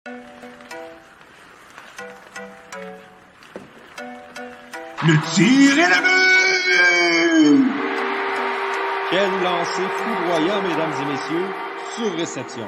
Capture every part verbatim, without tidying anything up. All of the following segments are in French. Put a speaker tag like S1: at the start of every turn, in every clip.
S1: Le tir est le but!
S2: Quel lancer foudroyant, mesdames et messieurs, sur réception.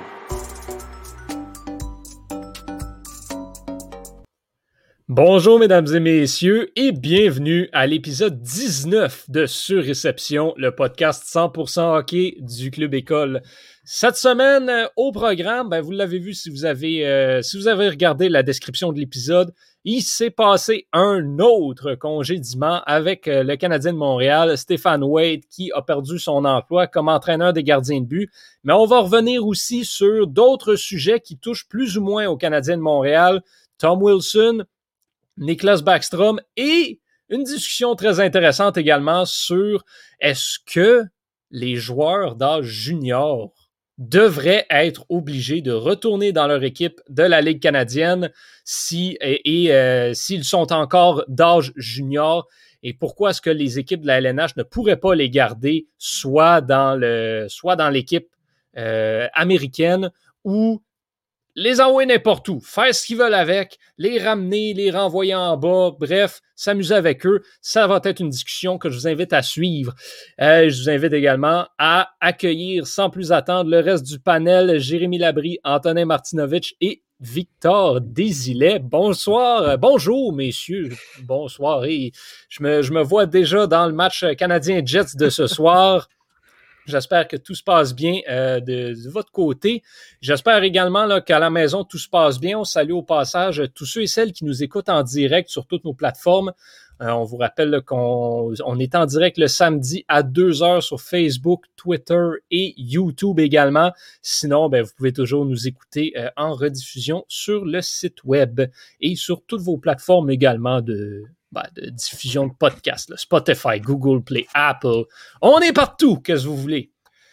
S3: Bonjour mesdames et messieurs et bienvenue à l'épisode dix-neuf de Sur Réception, le podcast cent pour cent hockey du Club École. Cette semaine, euh, au programme, ben, vous l'avez vu si vous avez euh, si vous avez regardé la description de l'épisode, il s'est passé un autre congédiement avec euh, le Canadien de Montréal, Stéphane Waite, qui a perdu son emploi comme entraîneur des gardiens de but. Mais on va revenir aussi sur d'autres sujets qui touchent plus ou moins au Canadien de Montréal, Tom Wilson, Niklas Backstrom et une discussion très intéressante également sur est-ce que les joueurs d'âge junior devraient être obligés de retourner dans leur équipe de la Ligue canadienne si, et, et euh, s'ils sont encore d'âge junior et pourquoi est-ce que les équipes de la L N H ne pourraient pas les garder soit dans, le, soit dans l'équipe euh, américaine ou les envoyer n'importe où, faire ce qu'ils veulent avec, les ramener, les renvoyer en bas, bref, s'amuser avec eux. Ça va être une discussion que je vous invite à suivre. Euh, je vous invite également à accueillir sans plus attendre le reste du panel, Jérémy Labrie, Antonin Martinovitch et Victor Desilets. Bonsoir, euh, bonjour messieurs, bonsoir. Et je me, je me vois déjà dans le match Canadien-Jets de ce soir. J'espère que tout se passe bien euh, de, de votre côté. J'espère également là, qu'à la maison, tout se passe bien. On salue au passage tous ceux et celles qui nous écoutent en direct sur toutes nos plateformes. Euh, on vous rappelle là, qu'on on est en direct le samedi à deux heures sur Facebook, Twitter et YouTube également. Sinon, ben, vous pouvez toujours nous écouter euh, en rediffusion sur le site web et sur toutes vos plateformes également de... Ben, de diffusion de podcasts, là. Spotify, Google Play, Apple. On est partout, qu'est-ce que vous voulez.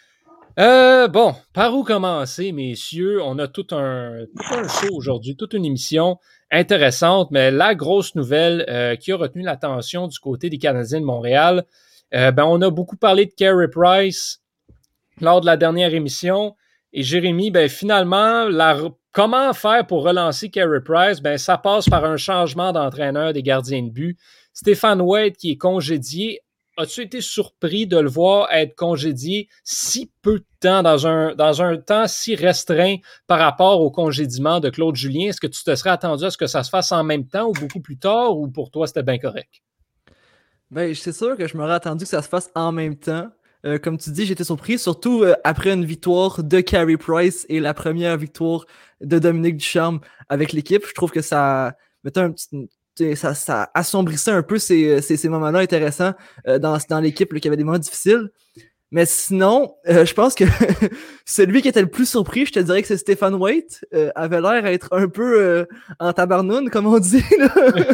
S3: Euh, bon, par où commencer, messieurs? On a tout un, tout un show aujourd'hui, toute une émission intéressante, mais la grosse nouvelle euh, qui a retenu l'attention du côté des Canadiens de Montréal, euh, ben, on a beaucoup parlé de Carey Price lors de la dernière émission. Et Jérémy, ben, finalement, la comment faire pour relancer Carey Price? Ben, ça passe par un changement d'entraîneur des gardiens de but. Stéphane Waite, qui est congédié, as-tu été surpris de le voir être congédié si peu de temps, dans un, dans un temps si restreint par rapport au congédiement de Claude Julien? Est-ce que tu te serais attendu à ce que ça se fasse en même temps ou beaucoup plus tard, ou pour toi, c'était bien correct?
S4: Ben, c'est sûr que je m'aurais attendu que ça se fasse en même temps. Euh, comme tu dis, j'étais surpris, surtout euh, après une victoire de Carey Price et la première victoire de Dominique Ducharme avec l'équipe. Je trouve que ça mettait un petit, ça, ça assombrissait un peu ces, ces, ces moments-là intéressants euh, dans, dans l'équipe là, qui avait des moments difficiles. Mais sinon, euh, je pense que celui qui était le plus surpris, je te dirais que c'est Stéphane Waite. Euh, avait l'air d'être un peu euh, en tabarnoune, comme on dit. Là.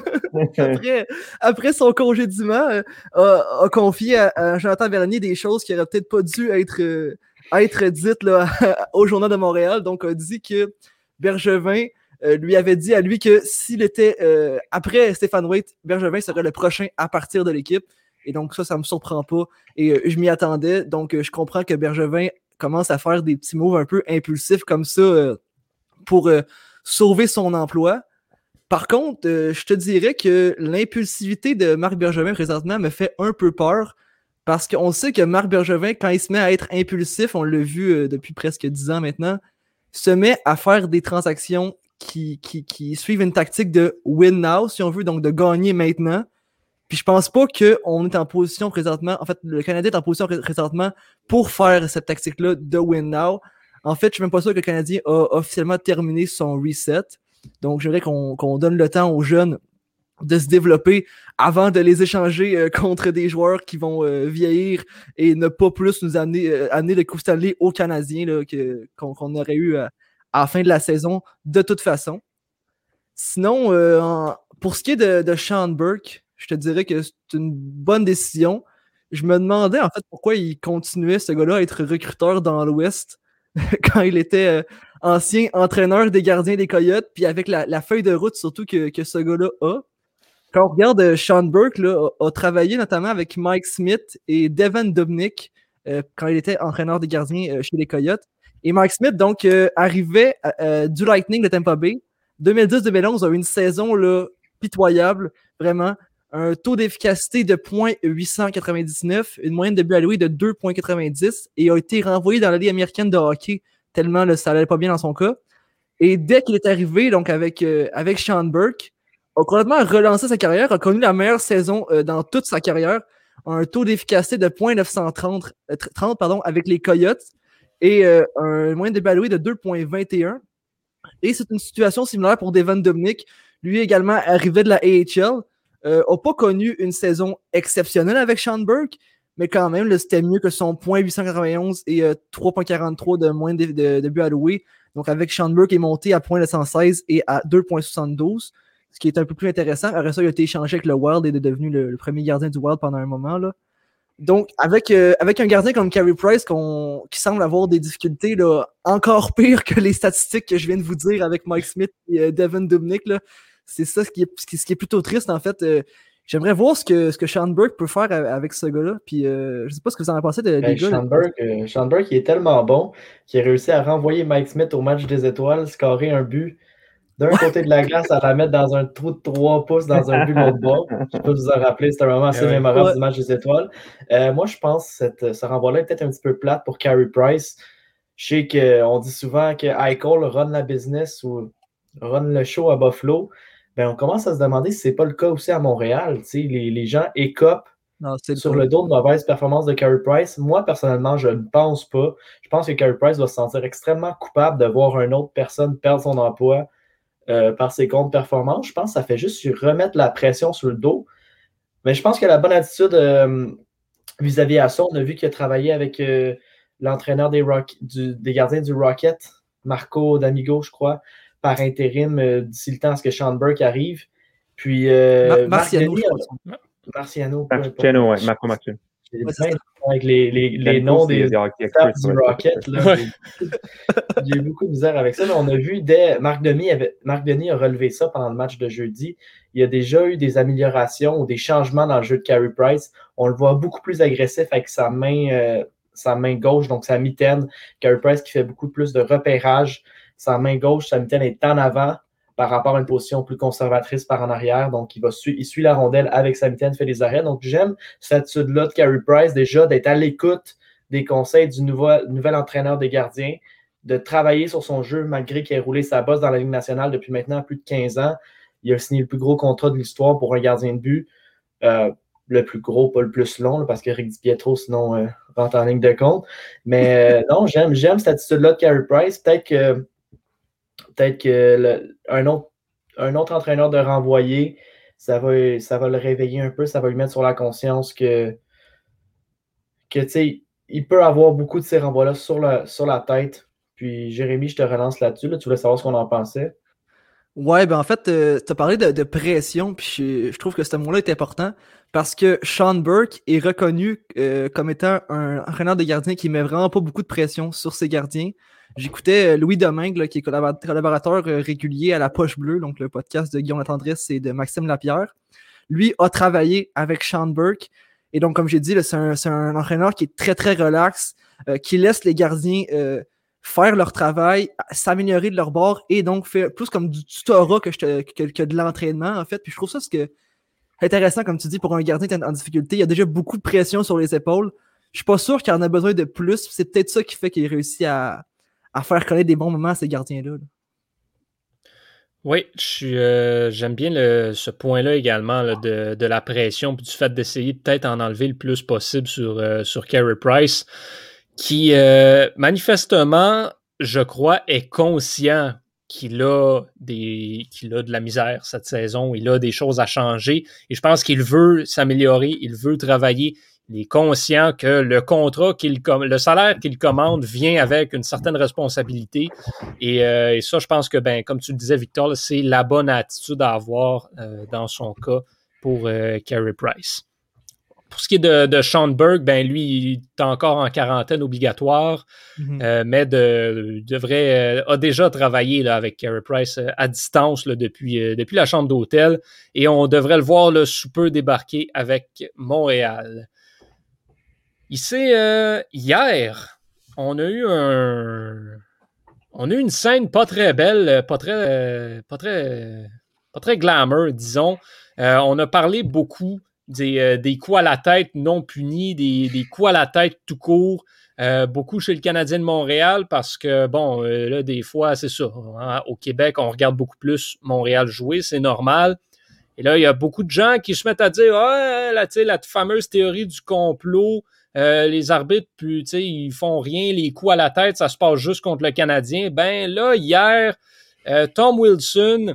S4: après, après son congédiement, euh, a, a confié à, à Jonathan Bernier des choses qui n'auraient peut-être pas dû être, euh, être dites là, au Journal de Montréal. Donc, a dit que Bergevin euh, lui avait dit à lui que s'il était euh, après Stéphane Waite, Bergevin serait le prochain à partir de l'équipe. Et donc ça, ça me surprend pas. Et euh, je m'y attendais. Donc euh, je comprends que Bergevin commence à faire des petits moves un peu impulsifs comme ça euh, pour euh, sauver son emploi. Par contre, euh, je te dirais que l'impulsivité de Marc Bergevin présentement me fait un peu peur. Parce qu'on sait que Marc Bergevin, quand il se met à être impulsif, on l'a vu euh, depuis presque dix ans maintenant, se met à faire des transactions qui, qui, qui suivent une tactique de win now, si on veut, donc de gagner maintenant. Puis je pense pas qu'on est en position présentement, en fait, le Canadien est en position présentement pour faire cette tactique-là de win now. En fait, je suis même pas sûr que le Canadien a officiellement terminé son reset. Donc, j'aimerais qu'on, qu'on donne le temps aux jeunes de se développer avant de les échanger euh, contre des joueurs qui vont euh, vieillir et ne pas plus nous amener, euh, amener le Coupe Stanley aux Canadiens là, que, qu'on, qu'on aurait eu à, à la fin de la saison de toute façon. Sinon, euh, en, pour ce qui est de, de Sean Burke, je te dirais que c'est une bonne décision. Je me demandais en fait pourquoi il continuait, ce gars-là, à être recruteur dans l'Ouest quand il était euh, ancien entraîneur des gardiens des Coyotes, puis avec la, la feuille de route surtout que, que ce gars-là a. Quand on regarde euh, Sean Burke, là, a, a travaillé notamment avec Mike Smith et Devin Dubnyk euh, quand il était entraîneur des gardiens euh, chez les Coyotes. Et Mike Smith, donc, euh, arrivait euh, du Lightning de Tampa Bay. deux mille dix deux mille onze a eu une saison là, pitoyable, vraiment. Un taux d'efficacité de point huit cent quatre-vingt-dix-neuf, une moyenne de buts alloués de deux virgule quatre-vingt-dix et a été renvoyé dans la Ligue américaine de hockey tellement là, ça n'allait pas bien dans son cas. Et dès qu'il est arrivé, donc avec, euh, avec Sean Burke, a complètement relancé sa carrière, a connu la meilleure saison euh, dans toute sa carrière, un taux d'efficacité de point neuf cent trente, euh, trente pardon, avec les Coyotes et euh, un moyen de buts alloués de deux virgule vingt et un. Et c'est une situation similaire pour Devan Dubnyk. Lui également arrivé de la A H L, euh, n'a pas connu une saison exceptionnelle avec Sean Burke, mais quand même, là, c'était mieux que son point huit cent quatre-vingt-onze et euh, trois virgule quarante-trois de moins de, de, de buts alloués. Donc avec Sean Burke, il est monté à point neuf cent seize et à deux virgule soixante-douze, ce qui est un peu plus intéressant. Après ça, il a été échangé avec le Wild et est devenu le, le premier gardien du Wild pendant un moment, là. Donc, avec, euh, avec un gardien comme Carey Price qu'on, qui semble avoir des difficultés là, encore pires que les statistiques que je viens de vous dire avec Mike Smith et euh, Devan Dubnyk, là, c'est ça ce qui, est, ce, qui, ce qui est plutôt triste, en fait. Euh, j'aimerais voir ce que, ce que Sean Burke peut faire avec ce gars-là. Puis, euh, je sais pas ce que vous en pensez de, des
S5: Ben,
S4: gars.
S5: Sean Burke, euh, Sean Burke, il est tellement bon qu'il a réussi à renvoyer Mike Smith au match des étoiles, scorer un but d'un côté de la glace à la mettre dans un trou de trois pouces dans un but de l'autre bord. Je ne sais pas si vous en rappelez, c'est un moment assez
S3: Ouais.
S5: mémorable
S4: Ouais.
S5: du match des étoiles. Euh, moi, je pense que cette, ce renvoi-là est peut-être un petit peu plate pour Carey Price. Je sais qu'on dit souvent que Eichel run la business ou run le show à Buffalo. Ben, on commence à se demander si ce n'est pas le cas aussi à Montréal. Les, les gens écopent
S4: Non, c'est le
S5: sur
S4: cas.
S5: le dos de mauvaise performance de Carey Price. Moi, personnellement, je ne pense pas. Je pense que Carey Price va se sentir extrêmement coupable de voir une autre personne perdre son emploi Euh, par ses comptes performances. Je pense que ça fait juste lui remettre la pression sur le dos. Mais je pense que la bonne attitude euh, vis-à-vis à ça, on a vu qu'il a travaillé avec euh, l'entraîneur des, Rock, du, des gardiens du Rocket, Marco D'Amigo, je crois, par intérim euh, d'ici le temps à ce que Sean Burke arrive. Puis euh,
S4: Mar- Marciano,
S5: Marc
S4: je
S5: Denis,
S4: pense.
S5: Marciano, peu importe.
S6: Marciano, ouais, Marco Marciano.
S5: J'ai
S4: Ouais, c'est
S5: plein
S4: ça.
S5: de- avec les, les, les
S6: Marco,
S5: noms
S6: c'est
S5: des
S6: des hockey
S5: staffs
S6: experts,
S5: du
S6: ouais,
S5: Rocket. Là,
S3: Ouais.
S5: j'ai, j'ai eu beaucoup de misère avec ça. Mais on a vu dès Marc Denis, avait, Marc Denis a relevé ça pendant le match de jeudi. Il y a déjà eu des améliorations ou des changements dans le jeu de Carey Price. On le voit beaucoup plus agressif avec sa main, euh, sa main gauche, donc sa mitaine. Carey Price qui fait beaucoup plus de repérage. Sa main gauche, sa mitaine est en avant par rapport à une position plus conservatrice par en arrière. Donc, il, va su- il suit la rondelle avec sa mitaine, fait des arrêts. Donc, j'aime cette attitude-là de Carey Price, déjà d'être à l'écoute des conseils du nouveau, nouvel entraîneur des gardiens, de travailler sur son jeu malgré qu'il ait roulé sa bosse dans la Ligue nationale depuis maintenant plus de quinze ans. Il a signé le plus gros contrat de l'histoire pour un gardien de but. Euh, le plus gros, pas le plus long, là, parce que Rick DiPietro, sinon, euh, rentre en ligne de compte. Mais euh, non, j'aime, j'aime cette attitude-là de Carey Price. Peut-être que Peut-être que le, un, autre, un autre entraîneur de renvoyer, ça va, ça va le réveiller un peu, ça va lui mettre sur la conscience que, que tu sais, il peut avoir beaucoup de ces renvois-là sur la, sur la tête. Puis, Jérémy, je te relance là-dessus. Là, tu voulais savoir ce qu'on en pensait.
S4: Ouais, ben en fait, euh, tu as parlé de, de pression, puis je, je trouve que ce mot-là est important parce que Sean Burke est reconnu euh, comme étant un entraîneur de gardien qui met vraiment pas beaucoup de pression sur ses gardiens. J'écoutais euh, Louis Domingue, là, qui est collabor- collaborateur euh, régulier à La Poche Bleue, donc le podcast de Guillaume Latendresse et de Maxime Lapierre. Lui a travaillé avec Sean Burke, et donc, comme j'ai dit, là, c'est, un, c'est un entraîneur qui est très, très relax, euh, qui laisse les gardiens euh, faire leur travail, s'améliorer de leur bord et donc faire plus comme du tutorat que, je te, que, que de l'entraînement, en fait. Puis je trouve ça ce que, intéressant, comme tu dis, pour un gardien qui est en difficulté. Il y a déjà beaucoup de pression sur les épaules. Je suis pas sûr qu'il en a besoin de plus. C'est peut-être ça qui fait qu'il réussit à, à faire connaître des bons moments à ces gardiens-là. là.
S3: Oui, je suis, euh, j'aime bien le, ce point-là également là, de, de la pression puis du fait d'essayer de peut-être en enlever le plus possible sur, euh, sur Carey Price, qui euh, manifestement, je crois, est conscient qu'il a, des, qu'il a de la misère cette saison, il a des choses à changer et je pense qu'il veut s'améliorer, il veut travailler. Il est conscient que le contrat, qu'il com- le salaire qu'il commande vient avec une certaine responsabilité. Et, euh, et ça, je pense que, ben, comme tu le disais, Victor, là, c'est la bonne attitude à avoir euh, dans son cas pour euh, Carey Price. Pour ce qui est de, de Sean Burke, ben, lui, il est encore en quarantaine obligatoire,
S4: Mm-hmm.
S3: euh, mais de, devrait, euh, a déjà travaillé là, avec Carey Price euh, à distance là, depuis, euh, depuis la chambre d'hôtel. Et on devrait le voir là, sous peu débarquer avec Montréal. Il s'est, euh, hier, on a eu un... On a eu une scène pas très belle, pas très, pas très, pas très glamour, disons. Euh, on a parlé beaucoup des, euh, des coups à la tête non punis, des, des coups à la tête tout court, euh, beaucoup chez le Canadien de Montréal parce que, bon, euh, là, des fois, c'est ça. Hein, au Québec, on regarde beaucoup plus Montréal jouer, c'est normal. Et là, il y a beaucoup de gens qui se mettent à dire « Ah, là, tu sais, la fameuse théorie du complot, euh, les arbitres, puis, tu sais, ils font rien, les coups à la tête, ça se passe juste contre le Canadien. » Ben là, hier, euh, Tom Wilson,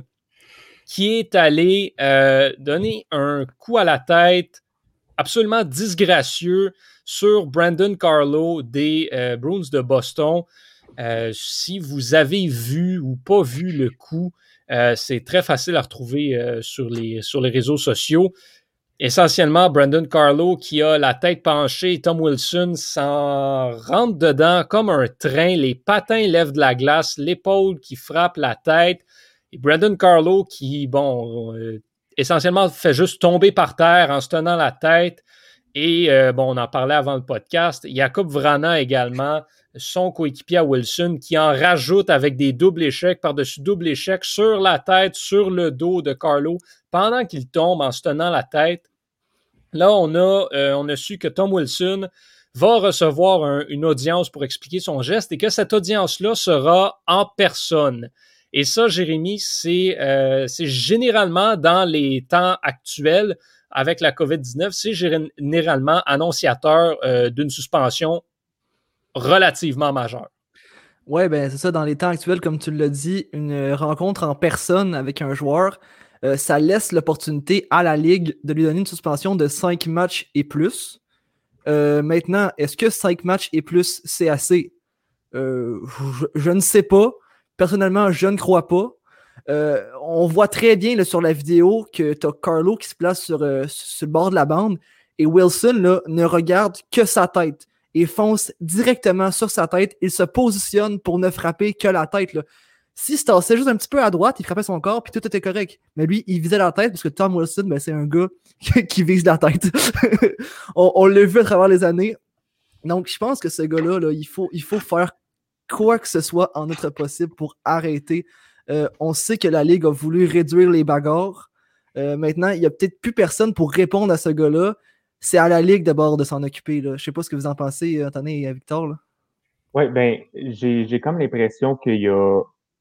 S3: qui est allé euh, donner un coup à la tête absolument disgracieux sur Brandon Carlo des euh, Bruins de Boston. Euh, si vous avez vu ou pas vu le coup, euh, c'est très facile à retrouver euh, sur, les, sur les réseaux sociaux. Essentiellement, Brandon Carlo qui a la tête penchée, Tom Wilson s'en rentre dedans comme un train, les patins lèvent de la glace, l'épaule qui frappe la tête, et Brandon Carlo qui, bon, euh, essentiellement fait juste tomber par terre en se tenant la tête. Et euh, bon, on en parlait avant le podcast. Jakub Vrana également, son coéquipier à Wilson, qui en rajoute avec des doubles échecs par-dessus double échec sur la tête, sur le dos de Carlo, pendant qu'il tombe en se tenant la tête. Là, on a, euh, on a su que Tom Wilson va recevoir un, une audience pour expliquer son geste et que cette audience-là sera en personne. Et ça, Jérémy, c'est, euh, c'est généralement dans les temps actuels, avec la covid dix-neuf, c'est généralement annonciateur euh, d'une suspension relativement majeure.
S4: Ouais, ben c'est ça, dans les temps actuels, comme tu l'as dit, une rencontre en personne avec un joueur, euh, ça laisse l'opportunité à la Ligue de lui donner une suspension de cinq matchs et plus. Euh, maintenant, est-ce que cinq matchs et plus, c'est assez? Euh, je, je ne sais pas. Personnellement, je ne crois pas. Euh, on voit très bien là, sur la vidéo que tu as Carlo qui se place sur, euh, sur le bord de la bande et Wilson là, ne regarde que sa tête et fonce directement sur sa tête. Il se positionne pour ne frapper que la tête. Là. S'il se tassait juste un petit peu à droite, il frappait son corps puis tout était correct. Mais lui, il visait la tête parce que Tom Wilson, ben, c'est un gars qui vise la tête. on, on l'a vu à travers les années. Donc, je pense que ce gars-là, là, il, faut, il faut faire quoi que ce soit en notre possible pour arrêter. Euh, on sait que la Ligue a voulu réduire les bagarres. Euh, maintenant, il n'y a peut-être plus personne pour répondre à ce gars-là. C'est à la Ligue d'abord de s'en occuper. Là. Je ne sais pas ce que vous en pensez, Anthony et Victor. Là.
S6: Oui, ben, j'ai, j'ai comme l'impression qu'il y a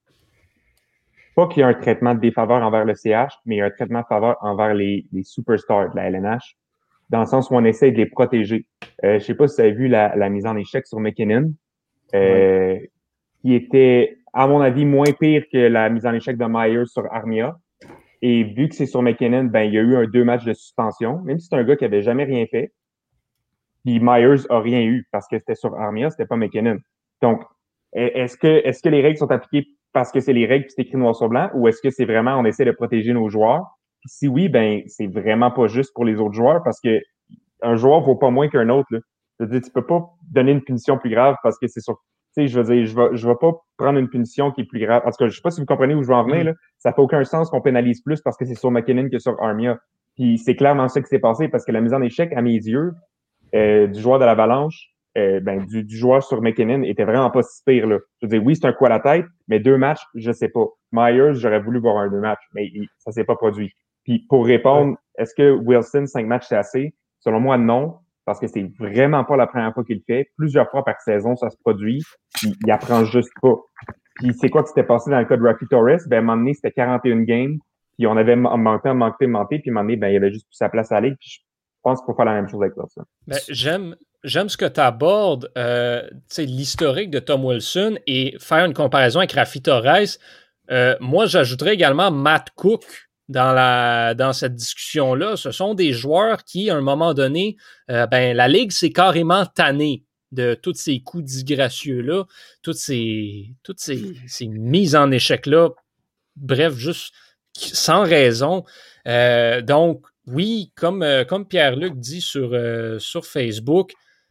S6: pas qu'il y a un traitement de défaveur envers le C H, mais il y a un traitement de faveur envers les, les superstars de la L N H, dans le sens où on essaie de les protéger. Euh, je sais pas si vous avez vu la, la mise en échec sur McKinnon, euh, ouais. qui était, à mon avis, moins pire que la mise en échec de Myers sur Armia. Et vu que c'est sur McKinnon, ben, il y a eu un deux matchs de suspension, même si c'est un gars qui avait jamais rien fait. Puis Myers a rien eu parce que c'était sur Armia, c'était pas McKinnon. Donc, est-ce que, est-ce que les règles sont appliquées parce que c'est les règles puis c'est écrit noir sur blanc, ou est-ce que c'est vraiment on essaie de protéger nos joueurs? Puis si oui, ben, c'est vraiment pas juste pour les autres joueurs parce que un joueur vaut pas moins qu'un autre, là. Je veux dire, tu peux pas donner une punition plus grave parce que c'est sur, tu sais, je veux dire, je vais, je vais pas prendre une punition qui est plus grave. En tout cas, je sais pas si vous comprenez où je veux en venir, là. Ça fait aucun sens qu'on pénalise plus parce que c'est sur McKinnon que sur Armia. Puis c'est clairement ça qui s'est passé parce que la mise en échec, à mes yeux, euh, du joueur de l'Avalanche, euh, ben, du, du joueur sur McKinnon était vraiment pas si pire, là. Je veux dire, oui, c'est un coup à la tête, mais deux matchs, je sais pas. Myers, j'aurais voulu voir un deux matchs, mais il, ça s'est pas produit. Puis pour répondre, ouais. Est-ce que Wilson, cinq matchs, c'est assez? Selon moi, non, parce que c'est vraiment pas la première fois qu'il le fait. Plusieurs fois par saison, ça se produit. Puis il apprend juste pas. Puis c'est quoi qui s'était passé dans le cas de Rafi Torres? Ben, à un moment donné, c'était quarante et une games, puis on avait manqué, manqué, manqué, puis à un moment donné, ben, il y avait juste plus sa place à aller. Puis je pense qu'il faut faire la même chose avec Wilson.
S3: Ben, j'aime, j'aime ce que tu abordes, euh, l'historique de Tom Wilson et faire une comparaison avec Rafi Torres. Euh, moi, j'ajouterais également Matt Cook dans, la, dans cette discussion-là. Ce sont des joueurs qui, à un moment donné, euh, ben, la Ligue s'est carrément tannée de tous ces coups disgracieux-là, toutes ces, toutes ces, ces mises en échec-là. Bref, juste sans raison. Euh, donc, oui, comme, euh, comme Pierre-Luc dit sur, euh, sur Facebook,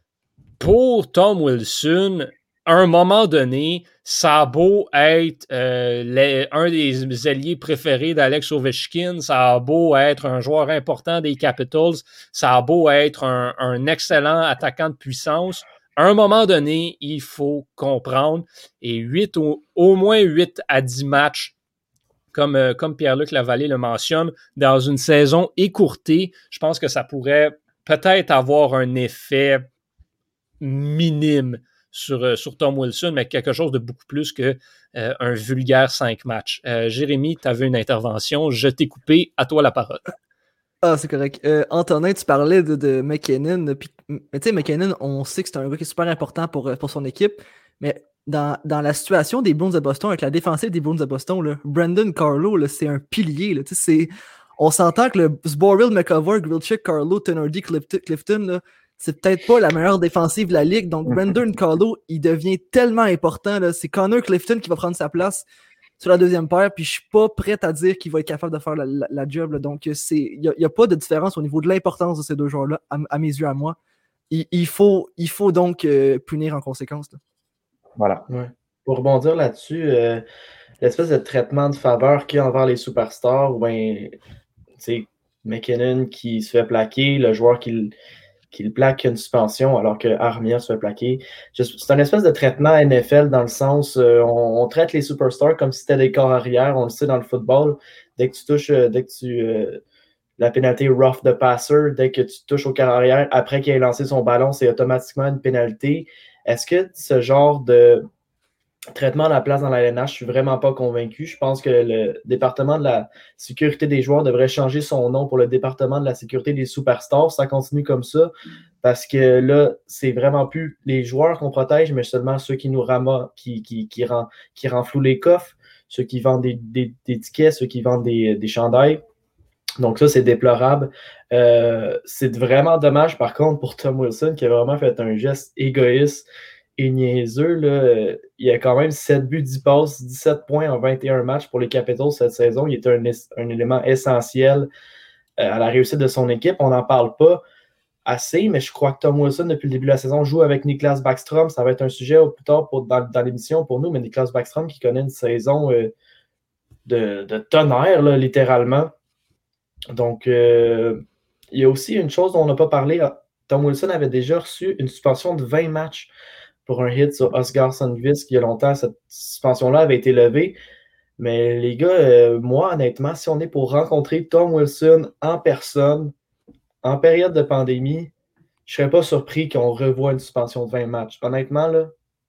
S3: pour Tom Wilson, à un moment donné, ça a beau être euh, les, un des alliés préférés d'Alex Ovechkin, ça a beau être un joueur important des Capitals, ça a beau être un, un excellent attaquant de puissance, À un moment donné, il faut comprendre. Et huit au, au moins huit à dix matchs, comme, euh, comme Pierre-Luc Lavallée le mentionne, dans une saison écourtée, je pense que ça pourrait peut-être avoir un effet minime sur, euh, sur Tom Wilson, mais quelque chose de beaucoup plus que euh, un vulgaire cinq matchs. Euh, Jérémy, tu avais une intervention. Je t'ai coupé. À toi la parole.
S4: Ah, c'est correct. Euh, Antonin, tu parlais de, de McKinnon. Puis, mais tu sais, McKinnon, on sait que c'est un gars qui est super important pour, pour son équipe. Mais dans, dans la situation des Bruins de Boston, avec la défensive des Bruins de Boston, là, Brandon Carlo, là, c'est un pilier. Là, c'est, on s'entend que le Zboril, McCover, Grillchick, Carlo, Tenordi, Clifton, Clifton là, c'est peut-être pas la meilleure défensive de la ligue. Donc, Brandon Carlo, il devient tellement important. Là. C'est Connor Clifton qui va prendre sa place sur la deuxième paire, puis je suis pas prêt à dire qu'il va être capable de faire la, la, la job. Là. Donc, il n'y a, a pas de différence au niveau de l'importance de ces deux joueurs-là, à, à mes yeux, à moi. Il, il, faut, il faut donc euh, punir en conséquence. Là.
S6: Voilà.
S5: Ouais. Pour rebondir là-dessus, euh, l'espèce de traitement de faveur qu'il y a envers les superstars, ou bien, tu sais, McKinnon qui se fait plaquer, le joueur qui, qui le plaque une suspension alors que Armia se fait plaquer. C'est un espèce de traitement N F L dans le sens, euh, on, on traite les superstars comme si c'était des corps arrière, on le sait dans le football. Dès que tu touches, euh, dès que tu euh, la pénalité rough the passer, dès que tu touches au corps arrière, après qu'il ait lancé son ballon, c'est automatiquement une pénalité. Est-ce que ce genre de traitement à la place dans la L N H, je suis vraiment pas convaincu. Je pense que le département de la sécurité des joueurs devrait changer son nom pour le département de la sécurité des superstars. Ça continue comme ça parce que là, c'est vraiment plus les joueurs qu'on protège, mais seulement ceux qui nous ramassent, qui, qui, qui, rend, qui renflouent les coffres, ceux qui vendent des, des, des tickets, ceux qui vendent des, des chandails. Donc ça, c'est déplorable. Euh, c'est vraiment dommage, par contre, pour Tom Wilson qui a vraiment fait un geste égoïste et niaiseux. Là. Il a quand même sept buts, dix passes, dix-sept points en vingt et un matchs pour les Capitals cette saison. Il est un, un élément essentiel euh, à la réussite de son équipe. On n'en parle pas assez, mais je crois que Tom Wilson, depuis le début de la saison, joue avec Niklas Backstrom. Ça va être un sujet plus tard pour, dans, dans l'émission pour nous, mais Niklas Backstrom qui connaît une saison euh, de, de tonnerre, là, littéralement. Donc, euh, il y a aussi une chose dont on n'a pas parlé. Tom Wilson avait déjà reçu une suspension de vingt matchs pour un hit sur Oscar Sundqvist. Il y a longtemps, cette suspension-là avait été levée. Mais les gars, euh, moi, honnêtement, si on est pour rencontrer Tom Wilson en personne, en période de pandémie, je ne serais pas surpris qu'on revoie une suspension de vingt matchs. Honnêtement, là,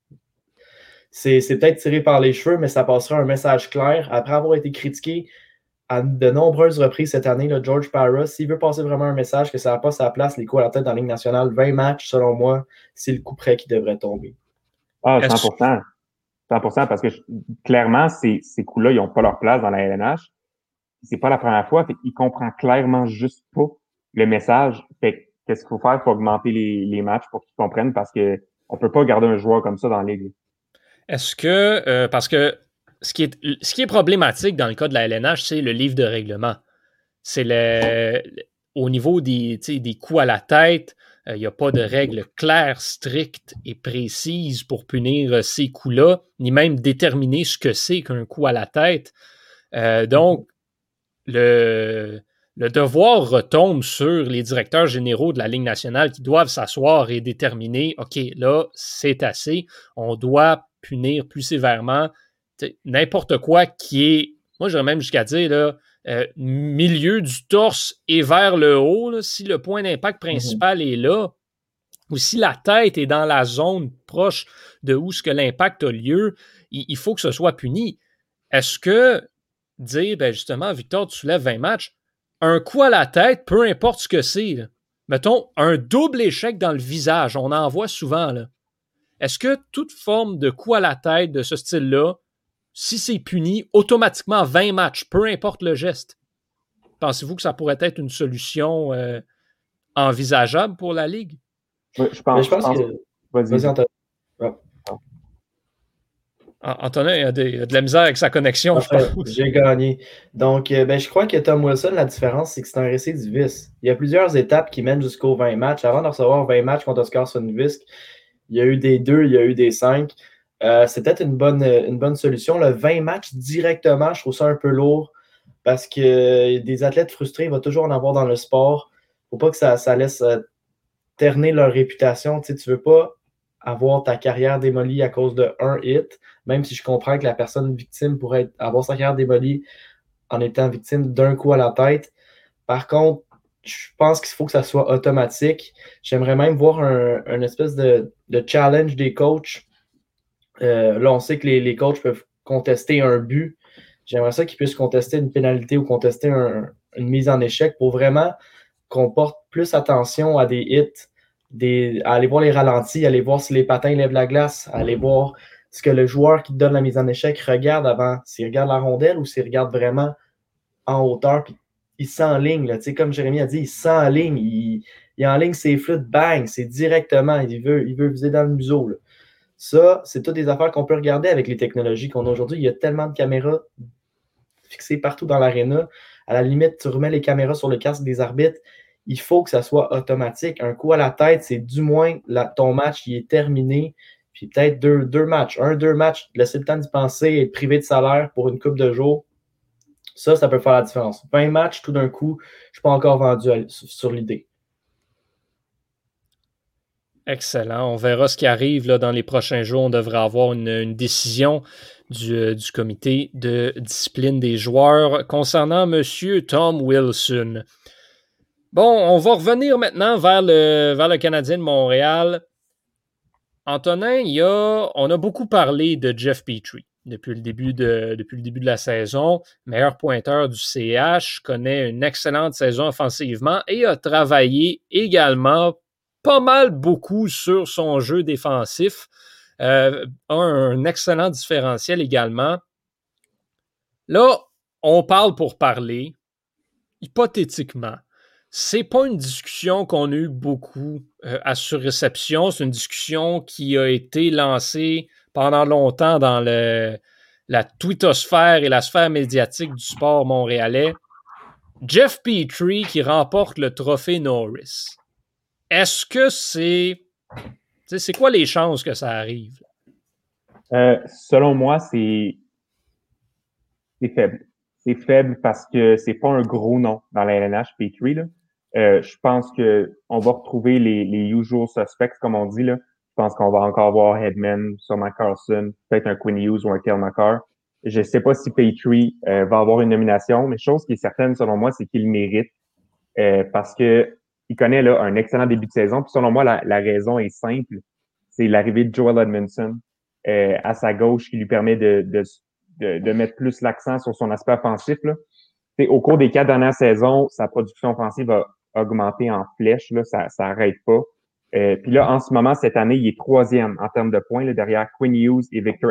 S5: c'est, c'est peut-être tiré par les cheveux, mais ça passera un message clair. Après avoir été critiqué à de nombreuses reprises cette année, là, George Parra, s'il veut passer vraiment un message que ça n'a pas sa place, les coups à la tête dans la Ligue nationale, vingt matchs, selon moi, c'est le coup près qui devrait tomber.
S6: Ah, cent pour cent. cent pour cent, parce que je, clairement, ces, ces coups-là, ils n'ont pas leur place dans la L N H. C'est pas la première fois. Fait, il comprend clairement juste pas le message. Fait, qu'est-ce qu'il faut faire pour augmenter les, les matchs pour qu'ils comprennent, parce que on peut pas garder un joueur comme ça dans la Ligue. Est-ce
S3: que, euh, parce que Ce qui, est, ce qui est problématique dans le cas de la L N H, c'est le livre de règlement. C'est le, au niveau des, des coups à la tête, il euh, n'y a pas de règles claires, strictes et précises pour punir euh, ces coups-là, ni même déterminer ce que c'est qu'un coup à la tête. Euh, donc, le, le devoir retombe sur les directeurs généraux de la Ligue nationale qui doivent s'asseoir et déterminer, OK, là, c'est assez, on doit punir plus sévèrement T'sais, n'importe quoi qui est, moi j'irais même jusqu'à dire, là, euh, milieu du torse et vers le haut, là, si le point d'impact principal mm-hmm. est là, ou si la tête est dans la zone proche de où ce que l'impact a lieu, il, il faut que ce soit puni. Est-ce que dire, ben justement, Victor, tu soulèves vingt matchs, un coup à la tête, peu importe ce que c'est, là, mettons, un double échec dans le visage, on en voit souvent, là. Est-ce que toute forme de coup à la tête de ce style-là, si c'est puni, automatiquement vingt matchs, peu importe le geste, pensez-vous que ça pourrait être une solution euh, envisageable pour la Ligue?
S6: Oui, je pense, je pense, je pense que...
S5: Vas-y, Vas-y Antonin.
S3: Oh. Antonin, il a, de, il a de la misère avec sa connexion.
S5: Enfin, j'ai gagné. Donc, euh, ben, je crois que Tom Wilson, la différence, c'est que c'est un récidiviste. Il y a plusieurs étapes qui mènent jusqu'aux vingt matchs. Avant de recevoir vingt matchs contre Oscar Sundqvist, il y a eu des deux, il y a eu des cinq. Euh, c'est peut-être une bonne, une bonne solution. Le vingt matchs directement, je trouve ça un peu lourd parce que des athlètes frustrés, il va toujours en avoir dans le sport. Il ne faut pas que ça, ça laisse euh, terner leur réputation. Tu sais, tu ne veux pas avoir ta carrière démolie à cause de un hit, même si je comprends que la personne victime pourrait être, avoir sa carrière démolie en étant victime d'un coup à la tête. Par contre, je pense qu'il faut que ça soit automatique. J'aimerais même voir un, un espèce de, de challenge des coachs. Euh, là, on sait que les, les coachs peuvent contester un but. J'aimerais ça qu'ils puissent contester une pénalité ou contester un, une mise en échec pour vraiment qu'on porte plus attention à des hits, des, à aller voir les ralentis, à aller voir si les patins lèvent la glace, à aller voir ce que le joueur qui te donne la mise en échec regarde avant, s'il regarde la rondelle ou s'il regarde vraiment en hauteur, puis il s'enligne, là, tu sais, comme Jérémy a dit, il s'enligne, il, il enligne ses flûtes, bang, c'est directement, il veut, il veut viser dans le museau, là. Ça, c'est toutes des affaires qu'on peut regarder avec les technologies qu'on a aujourd'hui. Il y a tellement de caméras fixées partout dans l'aréna. À la limite, tu remets les caméras sur le casque des arbitres. Il faut que ça soit automatique. Un coup à la tête, c'est du moins la, ton match il est terminé. Puis peut-être deux, deux matchs. Un, deux matchs, laisser le temps d'y penser et être privé de salaire pour une couple de jours. Ça, ça peut faire la différence. vingt matchs, tout d'un coup, je ne suis pas encore vendu à, sur l'idée.
S3: Excellent. On verra ce qui arrive là, dans les prochains jours. On devrait avoir une, une décision du, euh, du comité de discipline des joueurs concernant M. Tom Wilson. Bon, on va revenir maintenant vers le, vers le Canadien de Montréal. Antonin, il y a, on a beaucoup parlé de Jeff Petrie depuis le début de, depuis le début de la saison. Meilleur pointeur du C H, connaît une excellente saison offensivement et a travaillé également pas mal beaucoup sur son jeu défensif. Euh, a un excellent différentiel également. Là, on parle pour parler. Hypothétiquement, c'est pas une discussion qu'on a eu beaucoup euh, à Surréception. C'est une discussion qui a été lancée pendant longtemps dans le, la twittosphère et la sphère médiatique du sport montréalais. Jeff Petrie qui remporte le trophée Norris. Est-ce que c'est... C'est quoi les chances que ça arrive?
S6: Euh, selon moi, c'est c'est faible. C'est faible parce que c'est pas un gros nom dans la L N H, Petrie, là. Euh, je pense que on va retrouver les, les usual suspects, comme on dit, là. Je pense qu'on va encore voir Hedman, sûrement Carlson, peut-être un Quinn Hughes ou un Cale Makar. Je sais pas si Petrie euh, va avoir une nomination, mais chose qui est certaine, selon moi, c'est qu'il le mérite. Euh, parce que il connaît là un excellent début de saison. Puis selon moi, la, la raison est simple. C'est l'arrivée de Joel Edmondson euh, à sa gauche qui lui permet de, de, de, de mettre plus l'accent sur son aspect offensif, là. T'sais, au cours des quatre dernières saisons, sa production offensive a augmenté en flèche. Là, ça ça arrête pas. Euh, Puis là, en ce moment, cette année, il est troisième en termes de points là, derrière Quinn Hughes et Victor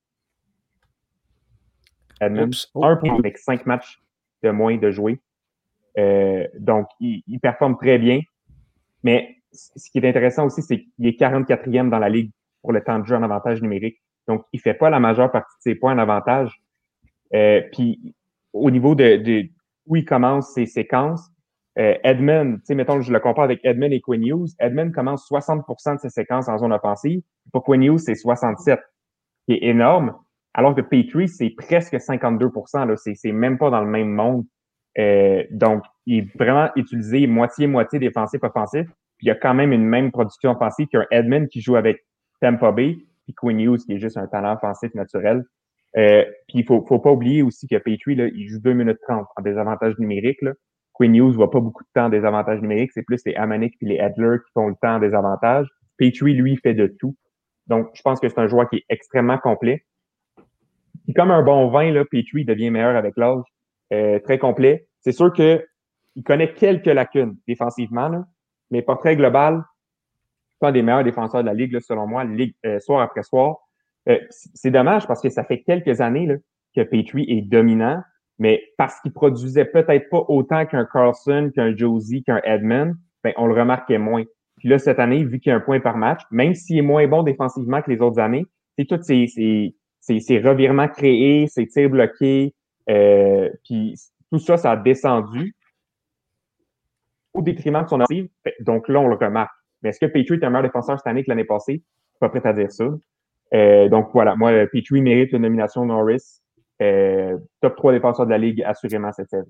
S6: Edmonds.
S3: Oh.
S6: Un point avec cinq matchs de moins de jouer. Euh, donc, il, il performe très bien. Mais ce qui est intéressant aussi, c'est qu'il est quarante-quatrième dans la ligue pour le temps de jeu en avantage numérique. Donc, il fait pas la majeure partie de ses points en avantage. Euh, puis, au niveau de, de où il commence ses séquences, euh, Edmond, tu sais, mettons, je le compare avec Edmond et Quinn Hughes. Edmond commence soixante pour cent de ses séquences en zone offensive. Pour Quinn Hughes, c'est soixante-sept, qui est énorme. Alors que Petrie, c'est presque cinquante-deux pour cent. Là, c'est, c'est même pas dans le même monde. Euh, donc, il est vraiment utilisé moitié-moitié défensif-offensif. Puis il y a quand même une même production offensive qu'un Edmond qui joue avec Tampa Bay, puis Quinn Hughes qui est juste un talent offensif naturel. Euh, puis il faut, faut pas oublier aussi que Petrie, là, il joue deux minutes trente en désavantage numérique. Là. Quinn Hughes voit pas beaucoup de temps en désavantage numérique. C'est plus les Hamonic puis les Adler qui font le temps en désavantage. Petrie, lui, fait de tout. Donc, je pense que c'est un joueur qui est extrêmement complet. Puis comme un bon vin, là, Petrie devient meilleur avec l'âge. Euh, très complet. C'est sûr que il connaît quelques lacunes défensivement, là, mais portrait global, c'est un des meilleurs défenseurs de la Ligue, là, selon moi, ligue, euh, soir après soir. Euh, c'est dommage parce que ça fait quelques années là, que Petrie est dominant, mais parce qu'il produisait peut-être pas autant qu'un Carlson, qu'un Josie, qu'un Edmond, ben, on le remarquait moins. Puis là, cette année, vu qu'il y a un point par match, même s'il est moins bon défensivement que les autres années, c'est tous ces, ces, ces, ces revirements créés, ces tirs bloqués, euh, puis tout ça, ça a descendu au détriment de son offensive. Donc là, on le remarque. Mais est-ce que Petrie est un meilleur défenseur cette année que l'année passée? Je suis pas prêt à dire ça. Euh, donc voilà, moi, Petrie mérite une nomination Norris. Euh, top trois défenseurs de la Ligue, assurément, cette saison.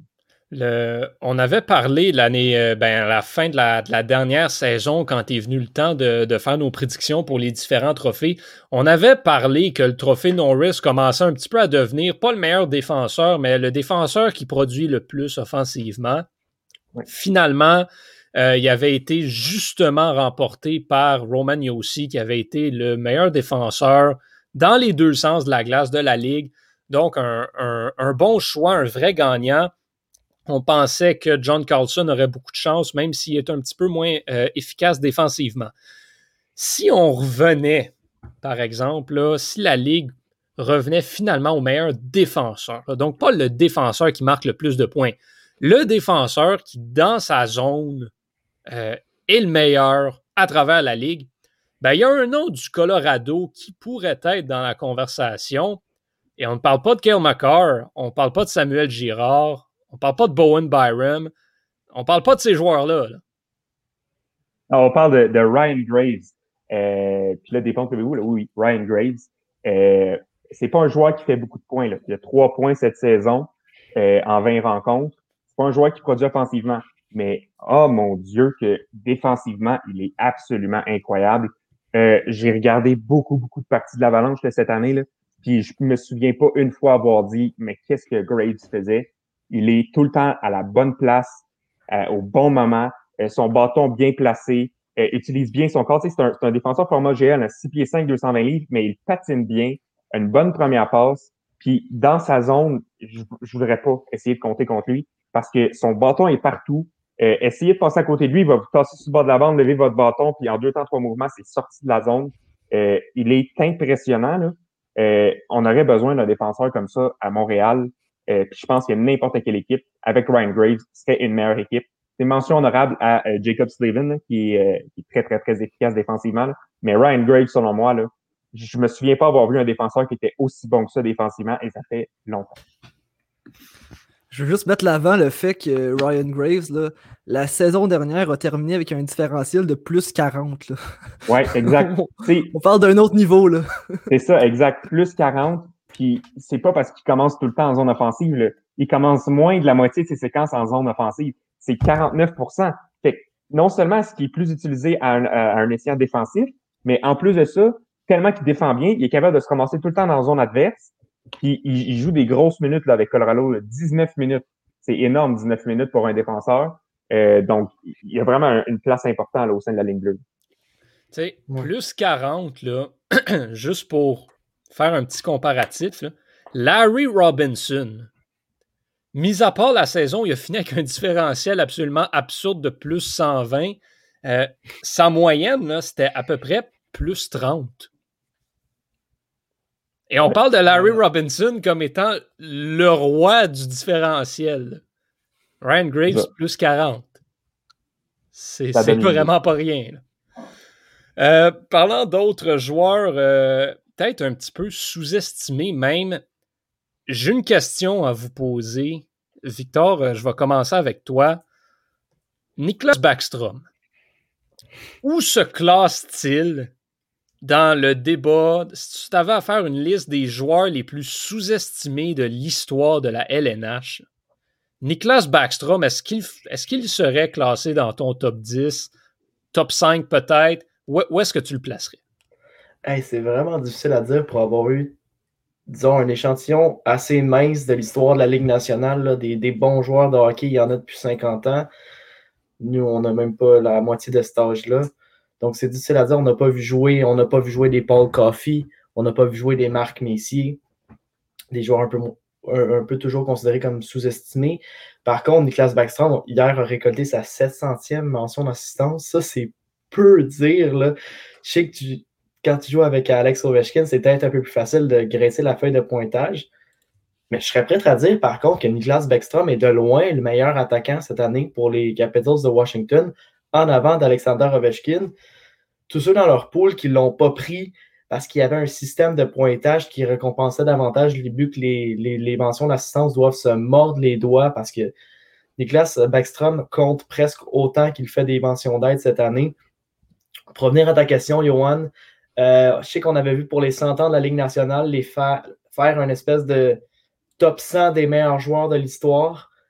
S3: Le, on avait parlé l'année, euh, ben, à la fin de la, de la dernière saison, quand est venu le temps de, de faire nos prédictions pour les différents trophées. On avait parlé que le trophée Norris commençait un petit peu à devenir, pas le meilleur défenseur, mais le défenseur qui produit le plus offensivement.
S6: Oui.
S3: Finalement, euh, il avait été justement remporté par Roman Josi, qui avait été le meilleur défenseur dans les deux sens de la glace de la Ligue. Donc, un, un, un bon choix, un vrai gagnant. On pensait que John Carlson aurait beaucoup de chance, même s'il est un petit peu moins euh, efficace défensivement. Si on revenait, par exemple, là, si la Ligue revenait finalement au meilleur défenseur, là, donc pas le défenseur qui marque le plus de points, le défenseur qui, dans sa zone, euh, est le meilleur à travers la Ligue, ben, il y a un nom du Colorado qui pourrait être dans la conversation. Et on ne parle pas de Cale Makar, on ne parle pas de Samuel Girard, on ne parle pas de Bowen Byram. On ne parle pas de ces joueurs-là. Là.
S6: On parle de, de Ryan Graves. Euh, puis là, dépend de où. Là. Oui, Ryan Graves. Euh, c'est pas un joueur qui fait beaucoup de points. Là. Il a trois points cette saison euh, en vingt rencontres. C'est pas un joueur qui produit offensivement. Mais, oh mon Dieu, que défensivement, il est absolument incroyable. Euh, j'ai regardé beaucoup, beaucoup de parties de l'Avalanche là, cette année. Là, puis je me souviens pas une fois avoir dit « Mais qu'est-ce que Graves faisait? » Il est tout le temps à la bonne place, euh, au bon moment, euh, son bâton bien placé, euh, utilise bien son corps. Tu sais, c'est, un, c'est un défenseur format G L, six pieds cinq, deux cent vingt livres, mais il patine bien, a une bonne première passe. Puis dans sa zone, je, je voudrais pas essayer de compter contre lui parce que son bâton est partout. Euh, essayez de passer à côté de lui, il va vous tasser sur le bord de la bande, lever votre bâton, puis en deux temps, trois mouvements, c'est sorti de la zone. Euh, il est impressionnant, là. Euh, on aurait besoin d'un défenseur comme ça à Montréal. Euh, puis je pense que n'importe quelle équipe, avec Ryan Graves, serait une meilleure équipe. C'est une mention honorable à euh, Jacob Slavin, là, qui, est, euh, qui est très, très, très efficace défensivement. Là. Mais Ryan Graves, selon moi, là, je me souviens pas avoir vu un défenseur qui était aussi bon que ça défensivement, et ça fait longtemps.
S4: Je veux juste mettre l'avant le fait que Ryan Graves, là, la saison dernière, a terminé avec un différentiel de plus quarante.
S6: Oui, exact.
S4: On parle d'un autre niveau. Là.
S6: C'est ça, exact. Plus quarante. Puis c'est pas parce qu'il commence tout le temps en zone offensive. Là. Il commence moins de la moitié de ses séquences en zone offensive. C'est quarante-neuf pour cent. Fait que non seulement est-ce qu'il est plus utilisé à un, à un essai défensif, mais en plus de ça, tellement qu'il défend bien, il est capable de se ramasser tout le temps dans la zone adverse. Puis il, il joue des grosses minutes là, avec Colorado, là, dix-neuf minutes. C'est énorme, dix-neuf minutes pour un défenseur. Euh, donc, il y a vraiment une place importante là, au sein de la ligne bleue.
S3: Tu sais, ouais. Plus quarante, là, juste pour faire un petit comparatif, là, Larry Robinson, mis à part la saison, il a fini avec un différentiel absolument absurde de plus cent vingt. Euh, sa moyenne, là, c'était à peu près plus trente. Et on parle de Larry Robinson comme étant le roi du différentiel. Ryan Graves, ça. Plus quarante. C'est, c'est vraiment pas rien. Là. Euh, parlant d'autres joueurs, euh, peut-être un petit peu sous-estimés même, j'ai une question à vous poser. Victor, euh, je vais commencer avec toi. Niklas Backstrom, où se classe-t-il dans le débat, si tu avais à faire une liste des joueurs les plus sous-estimés de l'histoire de la L N H, Niklas Backstrom, est-ce qu'il, est-ce qu'il serait classé dans ton top dix, top cinq peut-être? Où, où est-ce que tu le placerais?
S5: Hey, c'est vraiment difficile à dire pour avoir eu, disons, un échantillon assez mince de l'histoire de la Ligue nationale, là, des, des bons joueurs de hockey, il y en a depuis cinquante ans. Nous, on n'a même pas la moitié de cet âge-là. Donc, c'est difficile à dire. On n'a pas vu jouer, on n'a pas vu jouer des Paul Coffey, on n'a pas vu jouer des Marc Messier, des joueurs un peu, un, un peu toujours considérés comme sous-estimés. Par contre, Niklas Backstrom, hier, a récolté sa sept centième mention d'assistance. Ça, c'est peu dire. Là. Je sais que tu, quand tu joues avec Alex Ovechkin, c'est peut-être un peu plus facile de graisser la feuille de pointage. Mais je serais prêt à dire, par contre, que Niklas Backstrom est de loin le meilleur attaquant cette année pour les Capitals de Washington, en avant d'Alexander Ovechkin. Tous ceux dans leur pool qui ne l'ont pas pris parce qu'il y avait un système de pointage qui récompensait davantage les buts que les, les, les mentions d'assistance doivent se mordre les doigts parce que Niklas Backstrom compte presque autant qu'il fait des mentions d'aide cette année. Pour revenir à ta question, Johan, euh, je sais qu'on avait vu pour les cent ans de la Ligue nationale les fa- faire une espèce de top cent des meilleurs joueurs de l'histoire.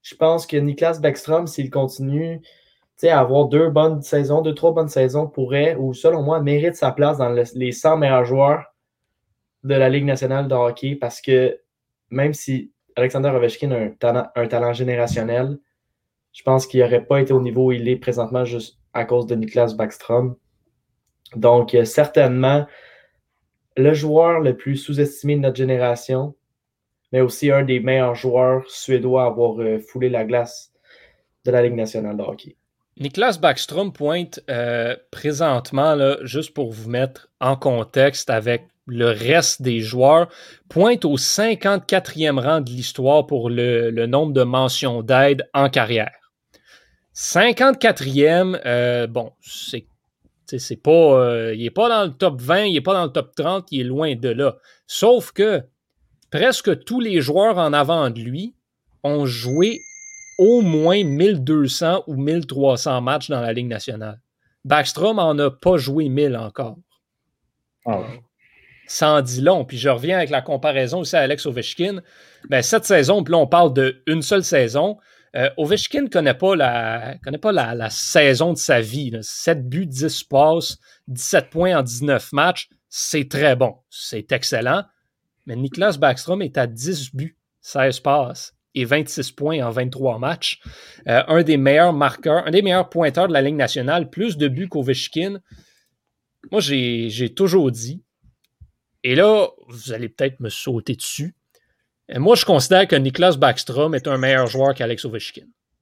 S5: je pense que Niklas Backstrom, s'il continue à avoir deux bonnes saisons, deux, trois bonnes saisons, pourrait, ou selon moi, mérite sa place dans le, les cent meilleurs joueurs de la Ligue nationale de hockey parce que même si Alexander Ovechkin a un talent, un talent générationnel, je pense qu'il n'aurait pas été au niveau où il est présentement juste à cause de Niklas Backstrom. Donc, euh, certainement, le joueur le plus sous-estimé de notre génération, mais aussi un des meilleurs joueurs suédois à avoir euh, foulé la glace de la Ligue nationale de hockey.
S3: Niklas Backstrom pointe euh, présentement, là, juste pour vous mettre en contexte avec le reste des joueurs, pointe au cinquante-quatrième rang de l'histoire pour le, le nombre de mentions d'aide en carrière. cinquante-quatrième, euh, bon, c'est, c'est pas, euh, il n'est pas dans le top vingt, il n'est pas dans le top trente, il est loin de là. Sauf que presque tous les joueurs en avant de lui ont joué au moins mille deux cents ou mille trois cents matchs dans la Ligue nationale. Backstrom en a pas joué mille encore.
S6: Oh.
S3: Ça en dit long. Puis je reviens avec la comparaison aussi à Alex Ovechkin. Ben, cette saison, puis là, on parle d'une seule saison. Euh, Ovechkin ne connaît pas, la, connaît pas la, la saison de sa vie. Là. sept buts, dix passes, dix-sept points en dix-neuf matchs. C'est très bon. C'est excellent. Mais Niklas Backstrom est à dix buts, seize passes et vingt-six points en vingt-trois matchs. Euh, un des meilleurs marqueurs, un des meilleurs pointeurs de la Ligue nationale, plus de buts qu'Ovechkin. Moi, j'ai, j'ai toujours dit, et là, vous allez peut-être me sauter dessus, moi, je considère que Niklas Backstrom est un meilleur joueur qu'Alex Ovechkin.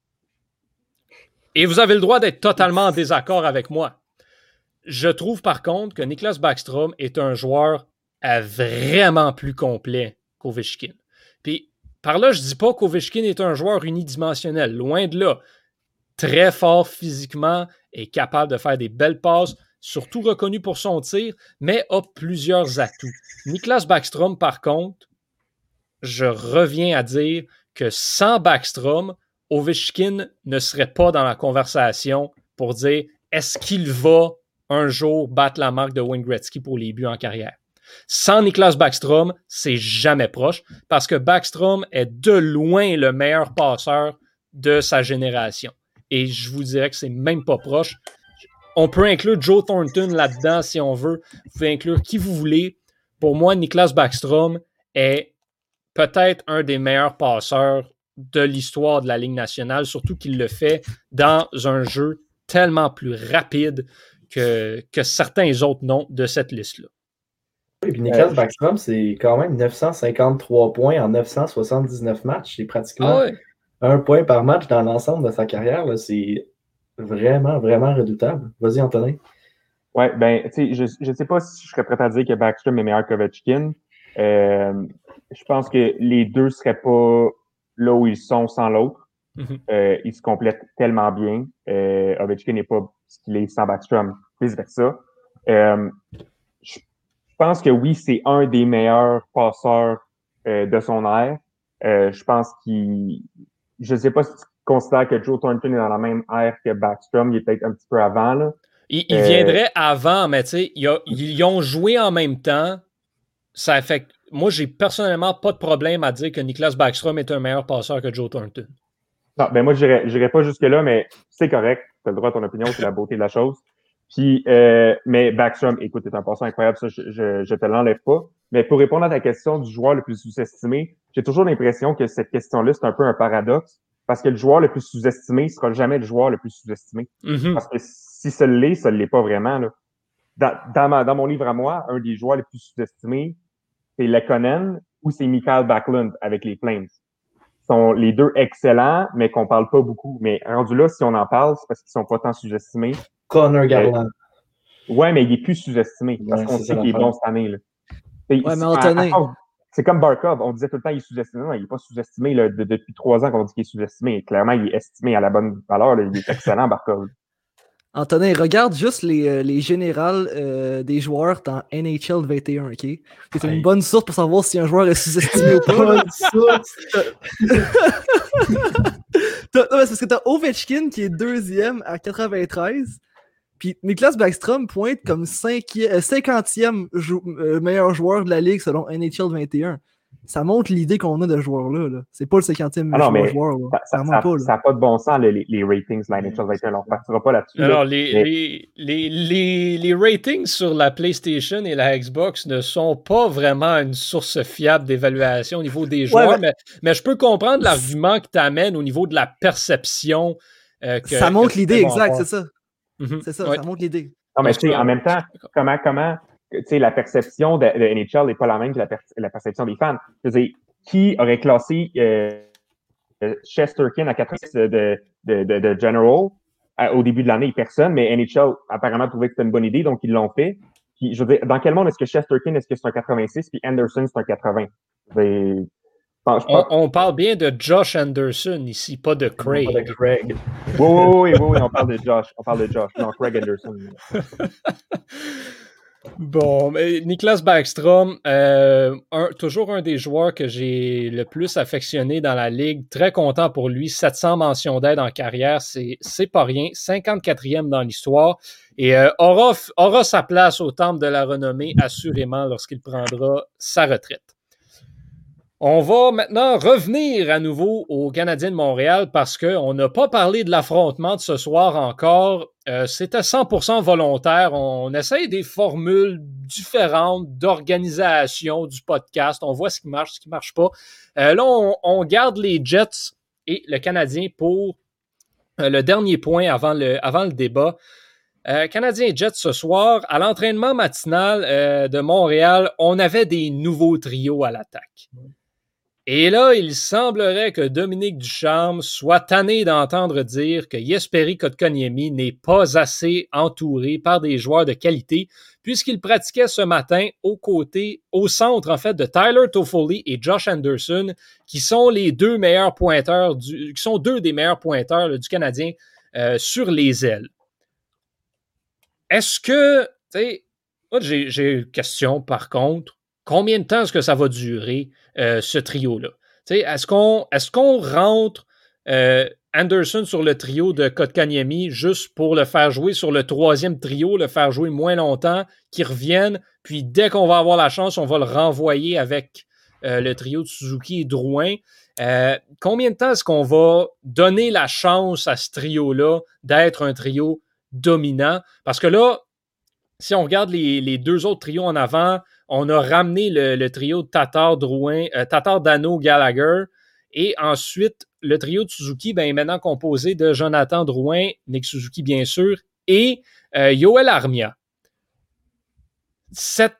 S3: Et vous avez le droit d'être totalement en désaccord avec moi. Je trouve par contre que Niklas Backstrom est un joueur vraiment plus complet qu'Ovechkin. Puis, par là, je ne dis pas qu'Ovechkin est un joueur unidimensionnel. Loin de là. Très fort physiquement, est capable de faire des belles passes, surtout reconnu pour son tir, mais a plusieurs atouts. Niklas Backstrom, par contre, je reviens à dire que sans Backstrom, Ovechkin ne serait pas dans la conversation pour dire est-ce qu'il va un jour battre la marque de Wayne Gretzky pour les buts en carrière. Sans Niklas Backstrom, c'est jamais proche parce que Backstrom est de loin le meilleur passeur de sa génération. Et je vous dirais que c'est même pas proche. On peut inclure Joe Thornton là-dedans si on veut. Vous pouvez inclure qui vous voulez. Pour moi, Niklas Backstrom est peut-être un des meilleurs passeurs de l'histoire de la Ligue nationale, surtout qu'il le fait dans un jeu tellement plus rapide que, que certains autres noms de cette liste-là.
S5: Et puis Niklas euh, Backstrom, c'est quand même neuf cent cinquante-trois points en neuf cent soixante-dix-neuf matchs. C'est pratiquement ah ouais. un point par match dans l'ensemble de sa carrière. Là. C'est vraiment, vraiment redoutable. Vas-y, Antonin.
S6: Ouais, ben, tu sais, je ne sais pas si je serais prêt à dire que Backstrom est meilleur qu'Ovechkin. Euh, je pense que les deux seraient pas là où ils sont sans l'autre. Mm-hmm. Euh, ils se complètent tellement bien. Euh, Ovechkin n'est pas ce qu'il est sans Backstrom, vice versa. Euh, je pense que oui, c'est un des meilleurs passeurs euh, de son ère. Euh, je pense qu'il... Je sais pas si tu considères que Joe Thornton est dans la même ère que Backstrom. Il est peut-être un petit peu avant, là.
S3: Il, il euh... viendrait avant, mais tu sais, ils, ils ont joué en même temps. Ça fait moi, j'ai personnellement pas de problème à dire que Niklas Backstrom est un meilleur passeur que Joe Thornton.
S6: Non, ben moi, je n'irais pas jusque-là, mais c'est correct. Tu as le droit à ton opinion, c'est la beauté de la chose. Puis, euh, mais Backstrom, écoute, est un passeur incroyable, ça, je, je, je te l'enlève pas. Mais pour répondre à ta question du joueur le plus sous-estimé, j'ai toujours l'impression que cette question-là, c'est un peu un paradoxe, parce que le joueur le plus sous-estimé sera jamais le joueur le plus sous-estimé. Mm-hmm. Parce que si ça l'est, ça ne l'est pas vraiment, là. Dans, dans, ma, dans mon livre à moi, un des joueurs les plus sous-estimés, c'est Lekkonen ou c'est Mikael Backlund avec les Flames. Ils sont les deux excellents, mais qu'on parle pas beaucoup. Mais rendu là, si on en parle, c'est parce qu'ils sont pas tant sous-estimés.
S5: Connor Garland.
S6: Euh, ouais, mais il est plus sous-estimé parce ouais, qu'on sait qu'il est bon cette année. Là.
S4: Ouais, mais Anthony.
S6: C'est comme Barkov. On disait tout le temps qu'il est sous-estimé. Non, il est pas sous-estimé là, de, depuis trois ans qu'on dit qu'il est sous-estimé. Clairement, il est estimé à la bonne valeur. Là. Il est excellent, Barkov.
S4: Antonin, regarde juste les, euh, les générales euh, des joueurs dans N H L vingt et un, OK? C'est une hey. bonne source pour savoir si un joueur est sous-estimé ou pas. Bonne source! Non, c'est parce que t'as Ovechkin qui est deuxième à quatre-vingt-treize, puis Niklas Backstrom pointe comme cinquième, cinquantième jou- euh, meilleur joueur de la Ligue selon N H L vingt et un. ça montre l'idée qu'on a de ce joueur-là. Là. C'est pas le cinquantième
S6: Ah non,
S4: meilleur
S6: mais
S4: joueur. Là.
S6: Ça n'a pas, là. pas de bon sens, les, les ratings de la N H L vingt et un. On ne partira pas là-dessus.
S3: Alors,
S6: là,
S3: les,
S6: mais...
S3: les, les, les, les ratings sur la PlayStation et la Xbox ne sont pas vraiment une source fiable d'évaluation au niveau des joueurs, ouais, mais... Mais, mais je peux comprendre l'argument que tu amènes au niveau de la perception. Euh, que,
S4: ça montre l'idée, exact, c'est ça.
S3: Mm-hmm.
S4: C'est ça,
S3: ouais.
S4: ça montre l'idée.
S6: Non, mais tu sais, en même temps, comment, comment, tu sais, la perception de, de N H L n'est pas la même que la, per- la perception des fans. Je veux dire, qui aurait classé euh, Shesterkin à quatre-vingt-six de, de, de, de General à, au début de l'année? Personne, mais N H L apparemment trouvait que c'était une bonne idée, donc ils l'ont fait. Puis, je veux dire, dans quel monde est-ce que Shesterkin, est-ce que c'est un quatre-vingt-six, puis Anderson, c'est un quatre-vingts? Mais,
S3: On, on parle bien de Josh Anderson ici, pas de Craig.
S5: Pas de Craig.
S6: Oui, oui, oui, oui, on parle de Josh. On parle de Josh. Non, Craig Anderson.
S3: Bon, mais Niklas Backstrom, euh, un, toujours un des joueurs que j'ai le plus affectionné dans la ligue. Très content pour lui. sept cents mentions d'aide en carrière, c'est, c'est pas rien. cinquante-quatrième dans l'histoire. Et euh, aura, aura sa place au temple de la renommée, assurément, lorsqu'il prendra sa retraite. On va maintenant revenir à nouveau aux Canadiens de Montréal parce qu'on n'a pas parlé de l'affrontement de ce soir encore. Euh, c'était cent pour cent volontaire. On, on essaye des formules différentes d'organisation du podcast. On voit ce qui marche, ce qui ne marche pas. Euh, là, on, on garde les Jets et le Canadien pour euh, le dernier point avant le, avant le débat. Euh, Canadiens et Jets ce soir, à l'entraînement matinal euh, de Montréal, on avait des nouveaux trios à l'attaque. Et là, il semblerait que Dominique Ducharme soit tanné d'entendre dire que Jesperi Kotkaniemi n'est pas assez entouré par des joueurs de qualité, puisqu'il pratiquait ce matin aux côtés, au centre en fait, de Tyler Toffoli et Josh Anderson, qui sont les deux meilleurs pointeurs, du, qui sont deux des meilleurs pointeurs là, du Canadien euh, sur les ailes. Est-ce que, tu sais, j'ai, j'ai une question par contre. Combien de temps est-ce que ça va durer, euh, ce trio-là? T'sais, est-ce qu'on, est-ce qu'on rentre euh, Anderson sur le trio de Kotkaniemi juste pour le faire jouer sur le troisième trio, le faire jouer moins longtemps, qu'il revienne, puis dès qu'on va avoir la chance, on va le renvoyer avec euh, le trio de Suzuki et Drouin? Euh, combien de temps est-ce qu'on va donner la chance à ce trio-là d'être un trio dominant? Parce que là, si on regarde les, les deux autres trios en avant, on a ramené le, le trio de Tatar, Drouin, euh, Tatar, Dano, Gallagher. Et ensuite, le trio de Suzuki ben, est maintenant composé de Jonathan Drouin, Nick Suzuki bien sûr, et euh, Yoel Armia. Cette,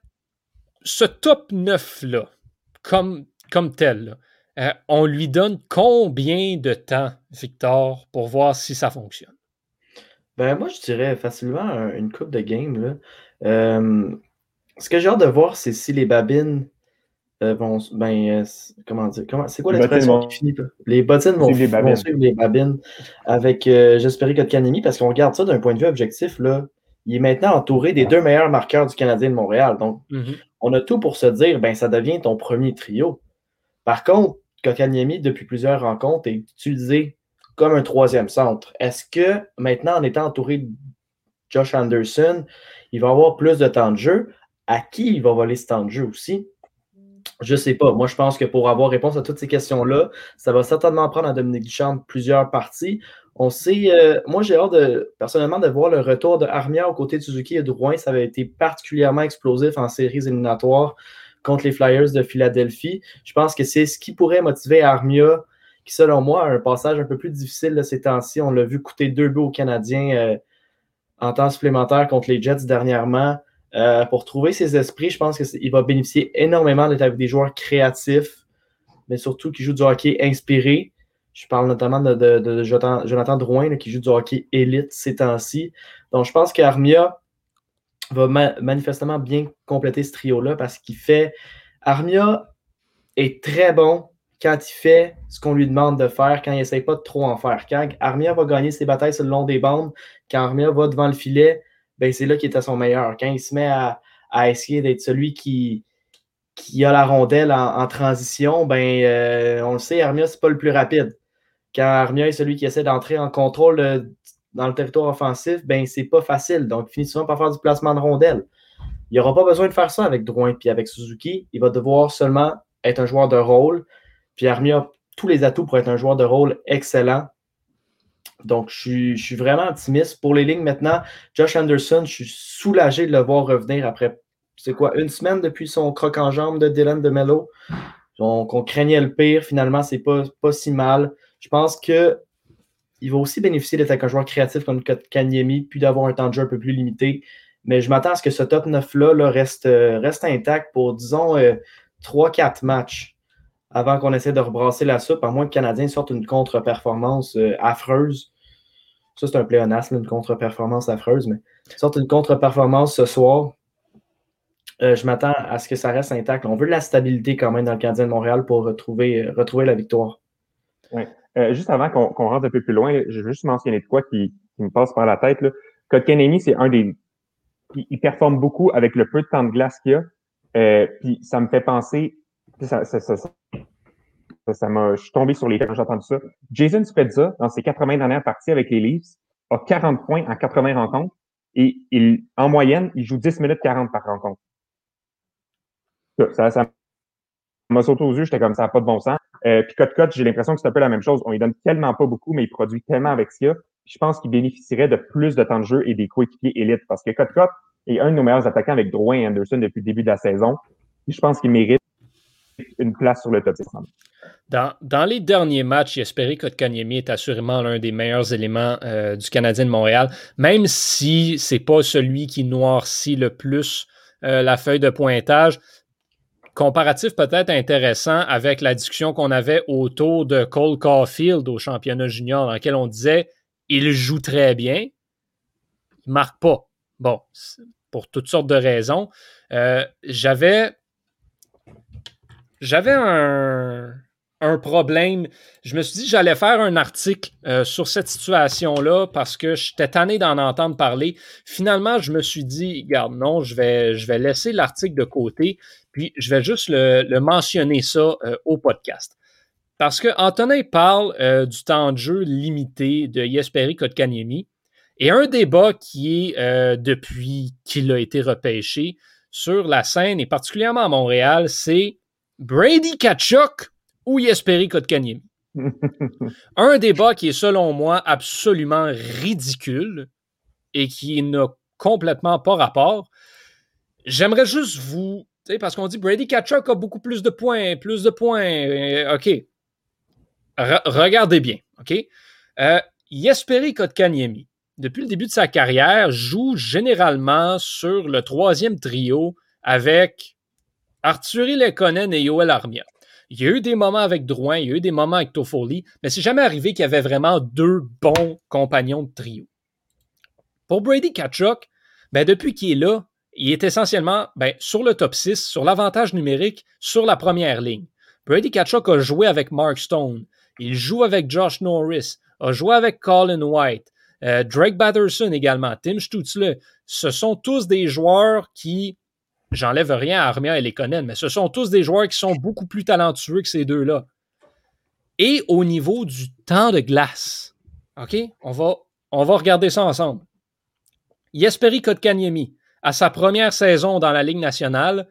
S3: ce top neuf-là, comme, comme tel, là, euh, on lui donne combien de temps, Victor, pour voir si ça fonctionne?
S5: Ben, moi, je dirais facilement un, une coupe de game. Là. Euh, ce que j'ai hâte de voir, c'est si les babines euh, vont. Ben, euh, comment dire comment, c'est quoi
S6: les
S5: l'expression
S6: vont,
S5: qui finit? Les bottines vont,
S6: les
S5: vont suivre les babines avec euh, Jesperi Kotkaniemi parce qu'on regarde ça d'un point de vue objectif. Là, il est maintenant entouré des deux meilleurs marqueurs du Canadien de Montréal. Donc, mm-hmm. on a tout pour se dire ben, ça devient ton premier trio. Par contre, Kotkaniemi, depuis plusieurs rencontres, est utilisé comme un troisième centre. Est-ce que maintenant, en étant entouré de Josh Anderson, il va avoir plus de temps de jeu? À qui il va voler ce temps de jeu aussi? Je ne sais pas. Moi, je pense que pour avoir réponse à toutes ces questions-là, ça va certainement prendre à Dominique Ducharme plusieurs parties. On sait, euh, moi, j'ai hâte de, personnellement de voir le retour de Armia aux côtés de Suzuki et Drouin. Ça avait été particulièrement explosif en séries éliminatoires contre les Flyers de Philadelphie. Je pense que c'est ce qui pourrait motiver Armia, qui, selon moi, a un passage un peu plus difficile de ces temps-ci. On l'a vu coûter deux buts aux Canadiens euh, en temps supplémentaire contre les Jets dernièrement. Euh, pour trouver ses esprits, je pense qu'il va bénéficier énormément d'être avec des joueurs créatifs, mais surtout qui jouent du hockey inspiré. Je parle notamment de, de, de Jonathan, Jonathan Drouin, là, qui joue du hockey élite ces temps-ci. Donc, je pense qu'Armia va ma- manifestement bien compléter ce trio-là parce qu'il fait... Armia est très bon quand il fait ce qu'on lui demande de faire, quand il n'essaie pas de trop en faire. Quand Armia va gagner ses batailles sur le long des bandes, quand Armia va devant le filet, ben c'est là qu'il est à son meilleur. Quand il se met à, à essayer d'être celui qui, qui a la rondelle en, en transition, ben euh, on le sait, Armia, c'est pas le plus rapide. Quand Armia est celui qui essaie d'entrer en contrôle euh, dans le territoire offensif, ben c'est pas facile. Donc, il finit souvent par faire du placement de rondelle. Il n'aura pas besoin de faire ça avec Drouin puis avec Suzuki. Il va devoir seulement être un joueur de rôle. Puis Armia a tous les atouts pour être un joueur de rôle excellent. Donc, je suis, je suis vraiment optimiste. Pour les lignes maintenant, Josh Anderson, je suis soulagé de le voir revenir après, c'est quoi, une semaine depuis son croc en jambe de Dylan DeMello. Donc, on craignait le pire. Finalement, c'est pas, pas si mal. Je pense que il va aussi bénéficier d'être avec un joueur créatif comme Kotkaniemi, puis d'avoir un temps de jeu un peu plus limité. Mais je m'attends à ce que ce top neuf-là là, reste, euh, reste intact pour, disons, euh, trois quatre matchs avant qu'on essaie de rebrasser la soupe, à moins que le Canadien sorte une contre-performance euh, affreuse. Ça, c'est un pléonasme, une contre-performance affreuse, mais sorte une contre-performance ce soir. Euh, je m'attends à ce que ça reste intact. On veut de la stabilité quand même dans le Canadien de Montréal pour retrouver, euh, retrouver la victoire.
S6: Oui. Euh, juste avant qu'on, qu'on rentre un peu plus loin, je veux juste mentionner de quoi qui, qui me passe par la tête. Là. Kotkaniemi, c'est un des... Il, il performe beaucoup avec le peu de temps de glace qu'il a. Euh, puis ça me fait penser... Ça, ça, ça, ça, ça m'a, je suis tombé sur les têtes quand j'ai entendu ça. Jason Spezza, dans ses quatre-vingts dernières parties avec les Leafs, a quarante points en quatre-vingts rencontres. Et il, en moyenne, il joue dix minutes quarante par rencontre. Ça, ça, ça m'a sauté aux yeux, j'étais comme ça, n'a pas de bon sens. Euh, puis Kotkot, j'ai l'impression que c'est un peu la même chose. On lui donne tellement pas beaucoup, mais il produit tellement avec ça. Je pense qu'il bénéficierait de plus de temps de jeu et des coéquipiers élites. Parce que Kotkot est un de nos meilleurs attaquants avec Drouin et Anderson depuis le début de la saison. Et je pense qu'il mérite une place sur le top six.
S3: Dans, dans les derniers matchs, Jesperi Kotkaniemi est assurément l'un des meilleurs éléments euh, du Canadien de Montréal, même si c'est pas celui qui noircit le plus euh, la feuille de pointage. Comparatif peut-être intéressant avec la discussion qu'on avait autour de Cole Caulfield au championnat junior, dans lequel on disait il joue très bien, il marque pas. Bon, pour toutes sortes de raisons. Euh, j'avais j'avais un, un problème. Je me suis dit que j'allais faire un article euh, sur cette situation-là parce que j'étais tanné d'en entendre parler. Finalement, je me suis dit, regarde, non, je vais, je vais laisser l'article de côté. Puis, je vais juste le, le mentionner ça euh, au podcast. Parce que Antonin parle euh, du temps de jeu limité de Jesperi Kotkaniemi et un débat qui est, euh, depuis qu'il a été repêché sur la scène, et particulièrement à Montréal, c'est Brady Tkachuk ou Jesperi Kotkaniemi. Un débat qui est, selon moi, absolument ridicule et qui n'a complètement pas rapport. J'aimerais juste vous... Parce qu'on dit Brady Tkachuk a beaucoup plus de points, plus de points. Euh, OK. Re- regardez bien. OK. Euh, Jesperi Kotkaniemi, depuis le début de sa carrière, joue généralement sur le troisième trio avec Artturi Lehkonen et Joel Armia. Il y a eu des moments avec Drouin, il y a eu des moments avec Toffoli, mais c'est jamais arrivé qu'il y avait vraiment deux bons compagnons de trio. Pour Brady Tkachuk, ben depuis qu'il est là, il est essentiellement ben, sur le top six, sur l'avantage numérique, sur la première ligne. Brady Tkachuk a joué avec Mark Stone. Il joue avec Josh Norris. A joué avec Colin White. Euh, Drake Batherson également. Tim Stützle. Ce sont tous des joueurs qui... J'enlève rien à Armia et Lehkonen, mais ce sont tous des joueurs qui sont beaucoup plus talentueux que ces deux-là. Et au niveau du temps de glace, OK? On va, on va regarder ça ensemble. Jesperi Kotkaniemi, à sa première saison dans la Ligue nationale,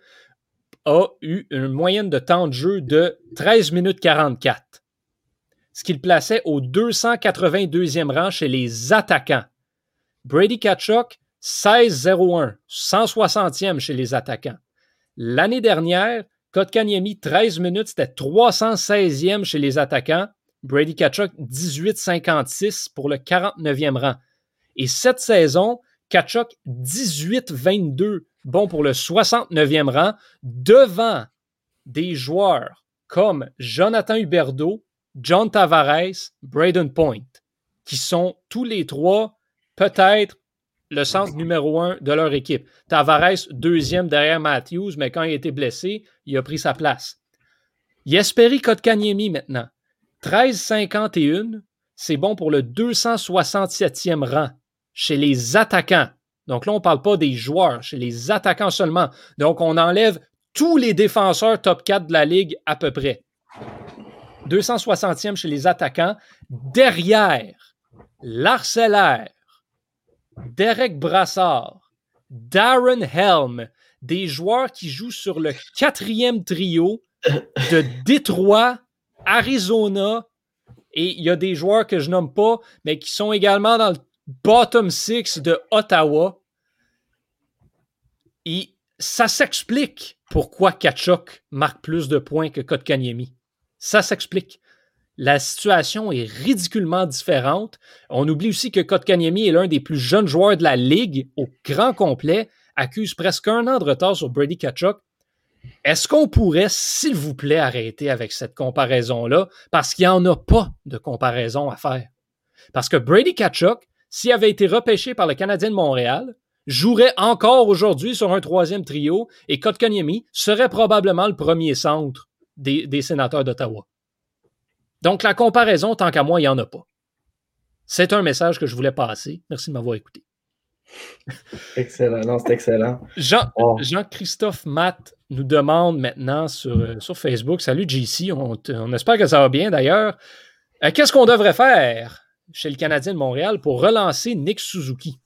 S3: a eu une moyenne de temps de jeu de treize minutes quarante-quatre, ce qui le plaçait au deux cent quatre-vingt-deuxième rang chez les attaquants. Brady Tkachuk, seize zéro un, cent soixantième chez les attaquants. L'année dernière, Kotkaniemi, treize minutes, c'était trois cent seizième chez les attaquants. Brady Tkachuk, dix-huit cinquante-six pour le quarante-neuvième rang. Et cette saison, Tkachuk, dix-huit vingt-deux, bon pour le soixante-neuvième rang, devant des joueurs comme Jonathan Huberdeau, John Tavares, Braden Point, qui sont tous les trois peut-être le centre numéro un de leur équipe. Tavares, deuxième derrière Matthews, mais quand il a été blessé, il a pris sa place. Jesperi Kotkaniemi maintenant, treize cinquante et un, c'est bon pour le deux cent soixante-septième rang chez les attaquants. Donc là, on ne parle pas des joueurs, chez les attaquants seulement. Donc, on enlève tous les défenseurs top quatre de la Ligue à peu près. deux cent soixantième chez les attaquants. Derrière, Larcellaire, Derek Brassard, Darren Helm, des joueurs qui jouent sur le quatrième trio de Détroit, Arizona, et il y a des joueurs que je nomme pas, mais qui sont également dans le bottom six de Ottawa. Et ça s'explique pourquoi Tkachuk marque plus de points que Kotkaniemi. Ça s'explique. La situation est ridiculement différente. On oublie aussi que Kotkaniemi est l'un des plus jeunes joueurs de la Ligue au grand complet, accuse presque un an de retard sur Brady Tkachuk. Est-ce qu'on pourrait, s'il vous plaît, arrêter avec cette comparaison-là? Parce qu'il n'y en a pas de comparaison à faire. Parce que Brady Tkachuk, s'il avait été repêché par le Canadien de Montréal, jouerait encore aujourd'hui sur un troisième trio et Kotkaniemi serait probablement le premier centre des, des sénateurs d'Ottawa. Donc, la comparaison, tant qu'à moi, il n'y en a pas. C'est un message que je voulais passer. Merci de m'avoir écouté.
S5: Excellent. Non, c'est excellent.
S3: Jean,
S5: oh.
S3: Jean-Christophe Matt nous demande maintenant sur, euh, sur Facebook, salut J C, on, on espère que ça va bien d'ailleurs. Euh, qu'est-ce qu'on devrait faire chez le Canadien de Montréal pour relancer Nick Suzuki,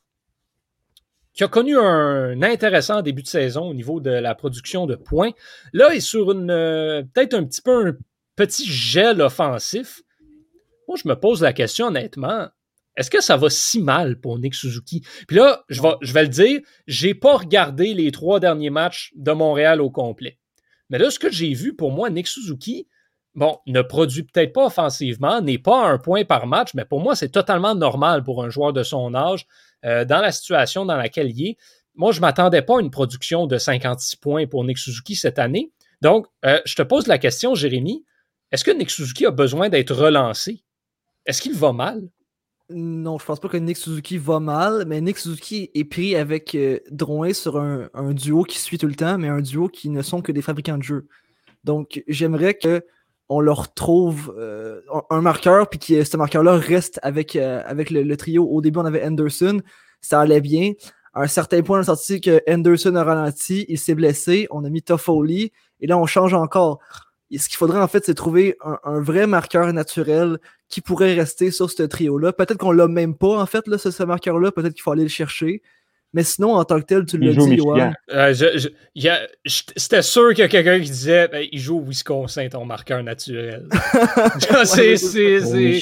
S3: qui a connu un intéressant début de saison au niveau de la production de points. Là, il est sur une euh, peut-être un petit peu un petit gel offensif. Moi, je me pose la question honnêtement. Est-ce que ça va si mal pour Nick Suzuki? Puis là, je vais, je vais le dire, j'ai pas regardé les trois derniers matchs de Montréal au complet. Mais là, ce que j'ai vu, pour moi, Nick Suzuki, bon, ne produit peut-être pas offensivement, n'est pas à un point par match, mais pour moi, c'est totalement normal pour un joueur de son âge, euh, dans la situation dans laquelle il est. Moi, je ne m'attendais pas à une production de cinquante-six points pour Nick Suzuki cette année. Donc, euh, je te pose la question, Jérémy, est-ce que Nick Suzuki a besoin d'être relancé? Est-ce qu'il va mal?
S4: Non, je pense pas que Nick Suzuki va mal, mais Nick Suzuki est pris avec euh, Drouin sur un, un duo qui suit tout le temps, mais un duo qui ne sont que des fabricants de jeux. Donc, j'aimerais qu'on leur retrouve euh, un marqueur, puis que ce marqueur-là reste avec, euh, avec le, le trio. Au début, on avait Anderson, ça allait bien. À un certain point, on a senti que Anderson a ralenti, il s'est blessé, on a mis Toffoli, et là, on change encore. Et ce qu'il faudrait, en fait, c'est trouver un, un vrai marqueur naturel qui pourrait rester sur ce trio-là. Peut-être qu'on l'a même pas, en fait, là, ce, ce marqueur-là. Peut-être qu'il faut aller le chercher. Mais sinon, en tant que tel, tu l'as dit, Yoann.
S3: Euh, je, je, y a, je, c'était sûr qu'il y a quelqu'un qui disait ben, il joue au Wisconsin, ton marqueur naturel. c'est, c'est, c'est,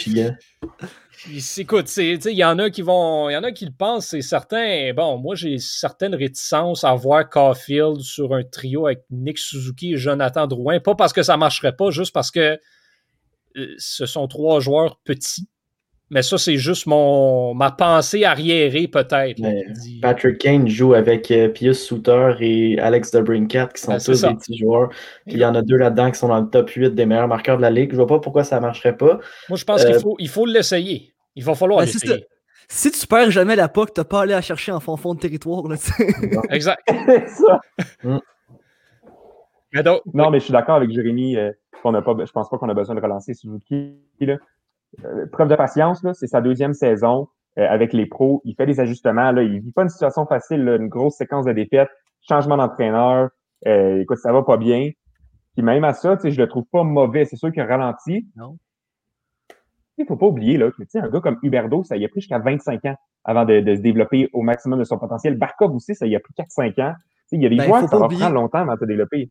S3: c'est, écoute, il y en a qui vont. Il y en a qui le pensent, c'est certain. Bon, moi, j'ai certaines réticences à voir Caulfield sur un trio avec Nick Suzuki et Jonathan Drouin. Pas parce que ça ne marcherait pas, juste parce que euh, ce sont trois joueurs petits. Mais ça, c'est juste mon ma pensée arriérée, peut-être. Là, dit...
S5: Patrick Kane joue avec euh, Pius Suter et Alex DeBrincat, qui sont ben, tous ça. des petits joueurs. Puis il y en a deux là-dedans qui sont dans le top huit des meilleurs marqueurs de la Ligue. Je vois pas pourquoi ça marcherait pas.
S3: Moi, je pense euh... qu'il faut, il faut l'essayer. Il va falloir ben, l'essayer.
S4: Si, si tu perds jamais la P O C, t'as pas à aller la chercher en fond fond de territoire. Là,
S3: exact.
S6: C'est ça.
S5: Mm.
S6: Mais donc, non, mais je suis d'accord avec Jérémy. Euh, qu'on a pas, je pense pas qu'on a besoin de relancer Suzuki. Là. Euh, preuve de patience, là, c'est sa deuxième saison euh, avec les pros. Il fait des ajustements. Là, il vit pas une situation facile, là, une grosse séquence de défaites, changement d'entraîneur. Euh, écoute, ça va pas bien. Puis même à ça, je le trouve pas mauvais. C'est sûr qu'il a ralenti.
S4: Non.
S6: Il faut pas oublier là, que un gars comme Huberdeau, ça y a pris jusqu'à vingt-cinq ans avant de, de se développer au maximum de son potentiel. Barkov aussi, ça y a pris quatre cinq ans. T'sais, il y a des ben, joueurs que ça va oublier. prendre longtemps avant de se développer.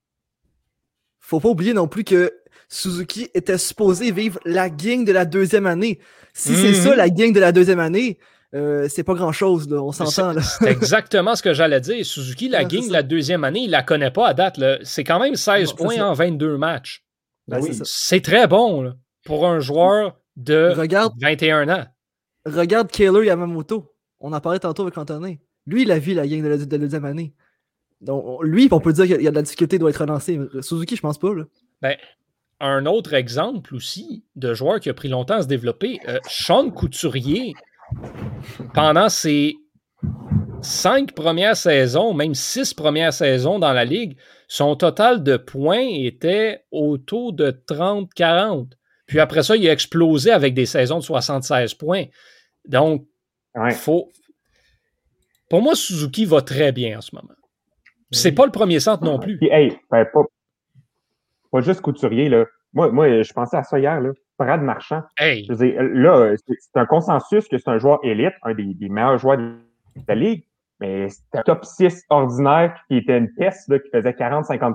S4: Faut pas oublier non plus que Suzuki était supposé vivre la gang de la deuxième année. Si mm-hmm. c'est ça, la gang de la deuxième année, euh, c'est pas grand-chose, là, on s'entend. Là.
S3: C'est exactement ce que j'allais dire. Suzuki, la ouais, gang de la deuxième année, il la connaît pas à date. Là. C'est quand même seize non, points en vingt-deux matchs.
S4: Ben, oui.
S3: c'est, c'est très bon là, pour un joueur de regarde, vingt et un ans.
S4: Regarde Kaylor Yamamoto. On en parlait tantôt avec Antonin. Lui, il a vu la gang de la, de la deuxième année. Donc, lui, on peut dire qu'il y a de la difficulté, il doit être relancé. Suzuki, je pense pas. Là.
S3: Ben, un autre exemple aussi de joueur qui a pris longtemps à se développer, euh, Sean Couturier, pendant ses cinq premières saisons, même six premières saisons dans la Ligue, son total de points était autour de trente à quarante. Puis après ça, il a explosé avec des saisons de soixante-seize points. Donc, ouais. faut... pour moi, Suzuki va très bien en ce moment. C'est pas le premier centre non plus.
S6: Puis, hey, ben, pas, pas juste Couturier, là. Moi, moi, je pensais à ça hier, là. Brad Marchand.
S3: Hey.
S6: Je veux dire, là, c'est, c'est un consensus que c'est un joueur élite, un des, des meilleurs joueurs de la Ligue, mais c'était un top six ordinaire qui était une pièce, là, qui faisait quarante à cinquante points.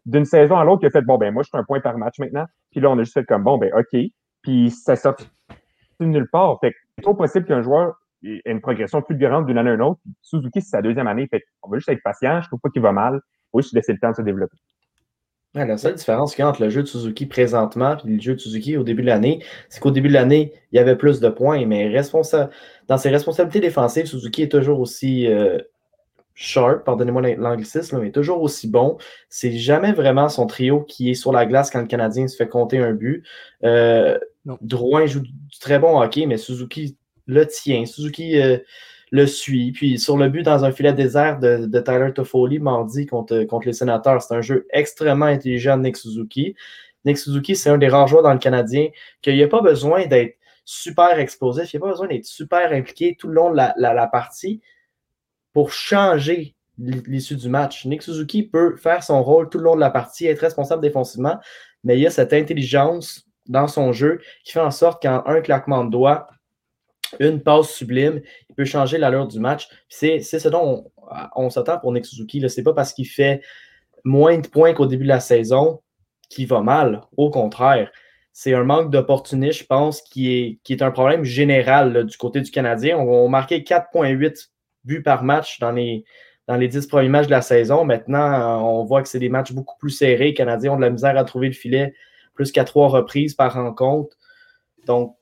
S6: d'une saison à l'autre, il a fait, bon, ben, moi, je fais un point par match maintenant. Puis là, on a juste fait comme, bon, ben, OK. Puis ça sort de nulle part. Fait que c'est trop possible qu'un joueur ait une progression plus grande d'une année à une autre. Suzuki, c'est sa deuxième année. Fait qu'on va juste être patient. Je trouve pas qu'il va mal. Il faut juste laisser le temps de se développer.
S5: Ouais, la seule différence qu'il y a entre le jeu de Suzuki présentement et le jeu de Suzuki au début de l'année, c'est qu'au début de l'année, il y avait plus de points, mais responsa- dans ses responsabilités défensives, Suzuki est toujours aussi euh, sharp, pardonnez-moi l'anglicisme, mais toujours aussi bon. C'est jamais vraiment son trio qui est sur la glace quand le Canadien se fait compter un but. Euh, Drouin joue du très bon hockey, mais Suzuki le tient. Suzuki euh, le suit. Puis sur le but dans un filet désert de, de Tyler Toffoli mardi contre, contre les Sénateurs, c'est un jeu extrêmement intelligent de Nick Suzuki. Nick Suzuki, c'est un des rares joueurs dans le Canadien qu'il n'y a pas besoin d'être super explosif, il n'y a pas besoin d'être super impliqué tout le long de la, la, la partie pour changer l'issue du match. Nick Suzuki peut faire son rôle tout le long de la partie, être responsable défensivement, mais il y a cette intelligence dans son jeu qui fait en sorte qu'en un claquement de doigts, une passe sublime, il peut changer l'allure du match. C'est, c'est ce dont on, on s'attend pour Nick Suzuki. Ce n'est pas parce qu'il fait moins de points qu'au début de la saison qu'il va mal. Au contraire, c'est un manque d'opportunisme, je pense, qui est, qui est un problème général là, du côté du Canadien. On, on marquait quatre virgule huit buts par match dans les, dans les dix premiers matchs de la saison. Maintenant, on voit que c'est des matchs beaucoup plus serrés. Les Canadiens ont de la misère à trouver le filet plus qu'à trois reprises par rencontre. Donc,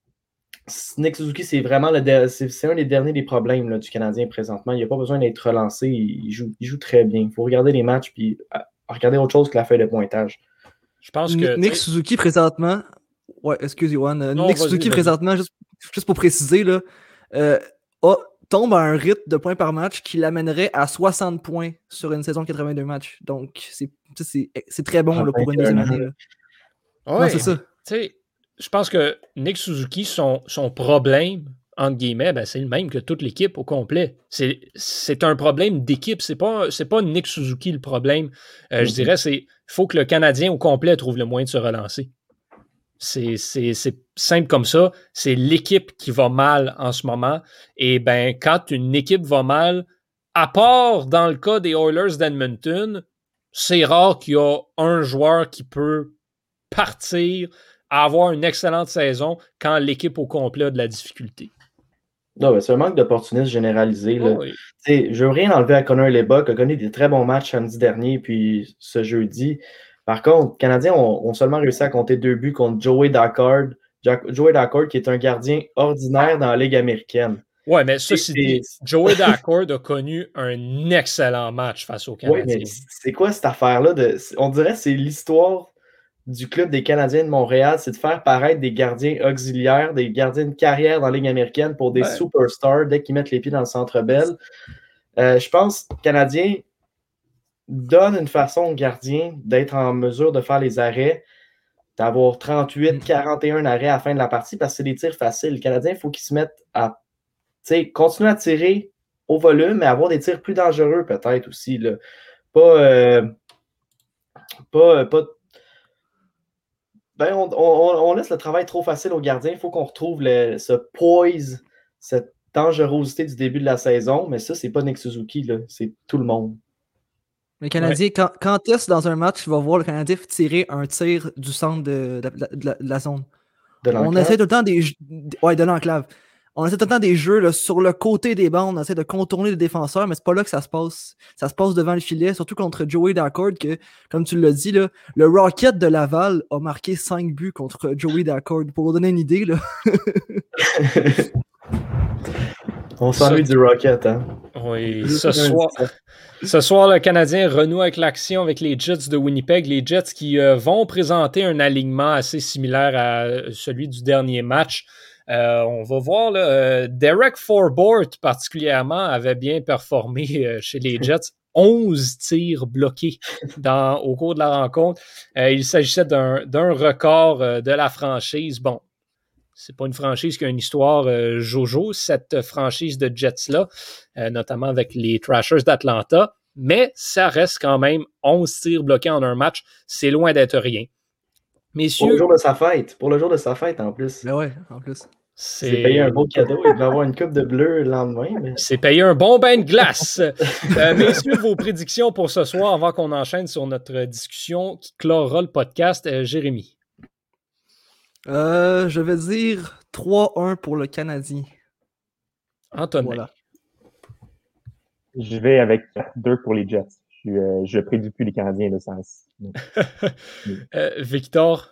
S5: Nick Suzuki, c'est vraiment le de... c'est, c'est un des derniers des problèmes là, du Canadien présentement. Il n'a pas besoin d'être relancé. Il joue, il joue très bien. Il faut regarder les matchs et regarder autre chose que la feuille de pointage.
S3: Je pense que.
S4: Nick Suzuki présentement. Ouais, excuse Yoann. Nick Suzuki présentement, juste, juste pour préciser, là, euh, a, tombe à un rythme de points par match qui l'amènerait à soixante points sur une saison de quatre-vingt-deux matchs. Donc, c'est, c'est, c'est très bon là, pour une deuxième année. Là.
S3: Ouais, non, c'est ça. Tu sais, je pense que Nick Suzuki, son, son problème, entre guillemets, ben, c'est le même que toute l'équipe au complet. C'est, c'est un problème d'équipe. C'est pas, c'est pas Nick Suzuki le problème. Euh, mm-hmm. Je dirais c'est il faut que le Canadien au complet trouve le moyen de se relancer. C'est, c'est, c'est simple comme ça. C'est l'équipe qui va mal en ce moment. Et ben, quand une équipe va mal, à part dans le cas des Oilers d'Edmonton, c'est rare qu'il y a un joueur qui peut partir à avoir une excellente saison quand l'équipe au complet a de la difficulté.
S5: Non, ben c'est un manque d'opportunisme généralisé. Là. Oh oui. Je ne veux rien enlever à Connor Leba, qui a connu des très bons matchs samedi dernier puis ce jeudi. Par contre, les Canadiens ont, ont seulement réussi à compter deux buts contre Joey Daccord. Joey Daccord, qui est un gardien ordinaire dans la Ligue américaine.
S3: Oui, mais ceci dit, Joey Daccord a connu un excellent match face aux Canadiens.
S5: Oui, mais c'est quoi cette affaire-là? De, on dirait que c'est l'histoire du club des Canadiens de Montréal, c'est de faire paraître des gardiens auxiliaires, des gardiens de carrière dans la Ligue américaine pour des ouais. superstars dès qu'ils mettent les pieds dans le Centre Bell. Euh, je pense que les Canadiens donnent une façon aux gardiens d'être en mesure de faire les arrêts, d'avoir trente-huit, quarante et un arrêts à la fin de la partie parce que c'est des tirs faciles. Les Canadiens, il faut qu'ils se mettent à continuer à tirer au volume, mais avoir des tirs plus dangereux peut-être aussi. Là. Pas, euh, pas, pas Ben, on, on, on laisse le travail trop facile aux gardiens. Il faut qu'on retrouve le, ce poise, cette dangerosité du début de la saison. Mais ça, c'est pas Nick Suzuki, là. C'est tout le monde.
S4: Les Canadiens, ouais. quand, quand est-ce dans un match, tu vas voir le Canadien tirer un tir du centre de, de, de, de, la, de la zone?
S5: De l'enclave?
S4: On essaie tout le temps des... Ouais, de l'enclave. On essaie tout le temps des jeux là, sur le côté des bandes, on essaie de contourner les défenseurs, mais c'est pas là que ça se passe. Ça se passe devant le filet, surtout contre Joey Daccord, que, comme tu l'as dit, là, le Rocket de Laval a marqué cinq buts contre Joey Daccord. Pour vous donner une idée, là.
S5: On s'ennuie du Rocket, hein?
S3: Oui, ce soir, ce soir, le Canadien renoue avec l'action avec les Jets de Winnipeg. Les Jets qui euh, vont présenter un alignement assez similaire à celui du dernier match. Euh, on va voir, là, euh, Derek Forbort particulièrement avait bien performé euh, chez les Jets. onze tirs bloqués dans, au cours de la rencontre. Euh, il s'agissait d'un, d'un record euh, de la franchise. Bon, c'est pas une franchise qui a une histoire euh, jojo, cette franchise de Jets-là, euh, notamment avec les Thrashers d'Atlanta, mais ça reste quand même onze tirs bloqués en un match. C'est loin d'être rien. Messieurs,
S5: pour le jour de sa fête. Pour le jour de sa fête, en plus.
S4: Ben ouais, en plus.
S3: C'est...
S5: Il s'est payé un beau cadeau. Il devait avoir une coupe de bleu le lendemain. Mais...
S3: Il s'est payé un bon bain de glace. euh, messieurs, vos prédictions pour ce soir avant qu'on enchaîne sur notre discussion qui clora le podcast. Euh, Jérémy.
S4: Euh, je vais dire trois un pour le Canadien.
S3: Antonin.
S4: Voilà.
S6: Je vais avec deux pour les Jets. Je ne euh, prédis plus les Canadiens de sens.
S3: euh, Victor.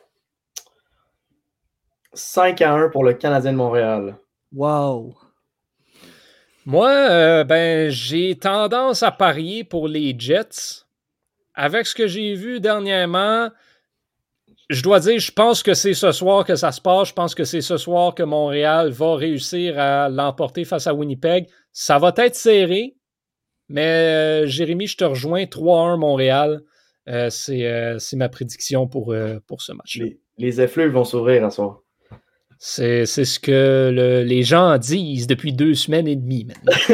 S5: cinq à un pour le Canadien de Montréal.
S4: Wow.
S3: Moi, euh, ben, j'ai tendance à parier pour les Jets. Avec ce que j'ai vu dernièrement, je dois dire, je pense que c'est ce soir que ça se passe. Je pense que c'est ce soir que Montréal va réussir à l'emporter face à Winnipeg. Ça va être serré, mais euh, Jérémy, je te rejoins. trois un Montréal. Euh, c'est, euh, c'est ma prédiction pour, euh, pour ce match-là.
S5: Les, les effluves vont s'ouvrir à soir.
S3: C'est, c'est ce que le, les gens disent depuis deux semaines et demie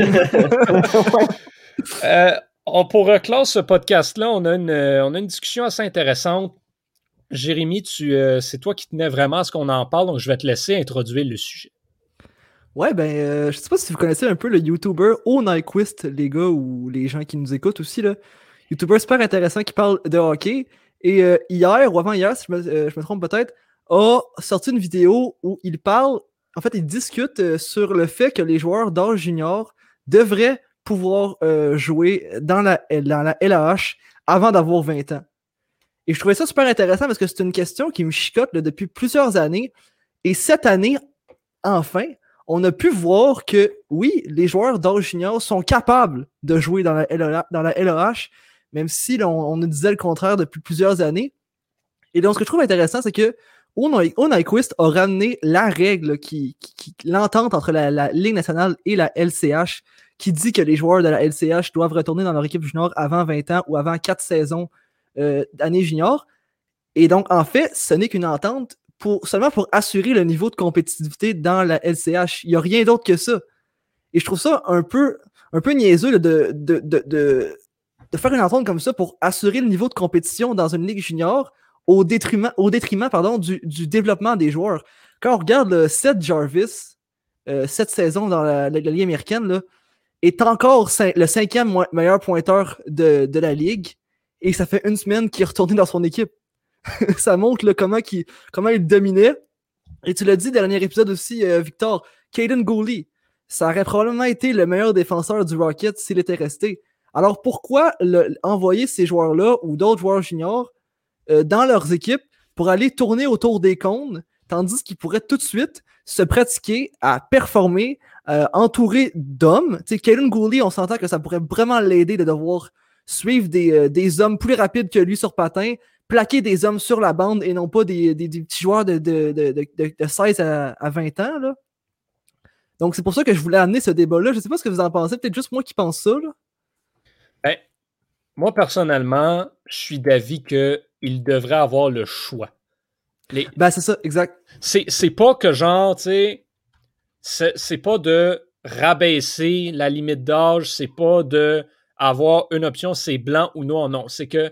S3: maintenant. euh, on, pour clore ce podcast-là, on a, une, on a une discussion assez intéressante. Jérémy, tu, euh, c'est toi qui tenais vraiment à ce qu'on en parle, donc je vais te laisser introduire le sujet.
S4: Ouais, ben, euh, je sais pas si vous connaissez un peu le YouTuber O Nyquist, les gars, ou les gens qui nous écoutent aussi, là. YouTuber super intéressant qui parle de hockey. Et euh, hier, ou avant-hier, si je me, euh, je me trompe peut-être, a sorti une vidéo où il parle, en fait, il discute euh, sur le fait que les joueurs d'âge junior devraient pouvoir euh, jouer dans la, dans la L A H avant d'avoir vingt ans. Et je trouvais ça super intéressant parce que c'est une question qui me chicote là, depuis plusieurs années. Et cette année, enfin, on a pu voir que, oui, les joueurs d'âge junior sont capables de jouer dans la L A H, dans la L A H même si là, on, on nous disait le contraire depuis plusieurs années. Et donc, ce que je trouve intéressant, c'est que O Nyquist a ramené la règle, qui, qui, qui l'entente entre la, la Ligue nationale et la L C H, qui dit que les joueurs de la L C H doivent retourner dans leur équipe junior avant vingt ans ou avant quatre saisons euh, d'année junior. Et donc, en fait, ce n'est qu'une entente pour, seulement pour assurer le niveau de compétitivité dans la L C H. Il n'y a rien d'autre que ça. Et je trouve ça un peu, un peu niaiseux là, de, de, de, de, de faire une entente comme ça pour assurer le niveau de compétition dans une ligue junior au détriment, au détriment pardon, du, du développement des joueurs. Quand on regarde le Seth Jarvis, euh, cette saison dans la, la, la Ligue américaine, là, est encore cin- le cinquième mo- meilleur pointeur de, de la Ligue, et ça fait une semaine qu'il est retourné dans son équipe. Ça montre là, comment, il, comment il dominait. Et tu l'as dit, dernier épisode aussi, euh, Victor, Caden Gooley, ça aurait probablement été le meilleur défenseur du Rocket s'il était resté. Alors pourquoi le, envoyer ces joueurs-là ou d'autres joueurs juniors euh, dans leurs équipes pour aller tourner autour des cônes, tandis qu'ils pourraient tout de suite se pratiquer à performer, euh, entouré d'hommes. Tu sais, Caden Gooley, on s'entend que ça pourrait vraiment l'aider de devoir suivre des, euh, des hommes plus rapides que lui sur patin, plaquer des hommes sur la bande et non pas des, des, des petits joueurs de, de, de, de, de seize à, à vingt ans. Là. Donc, c'est pour ça que je voulais amener ce débat-là. Je ne sais pas ce que vous en pensez. Peut-être juste moi qui pense ça. Là.
S3: Ben, moi, personnellement, je suis d'avis qu'il devrait avoir le choix. Les...
S4: Ben, c'est ça, exact.
S3: C'est, c'est pas que genre, tu sais, c'est, c'est pas de rabaisser la limite d'âge, c'est pas de avoir une option, c'est blanc ou noir. Non, c'est que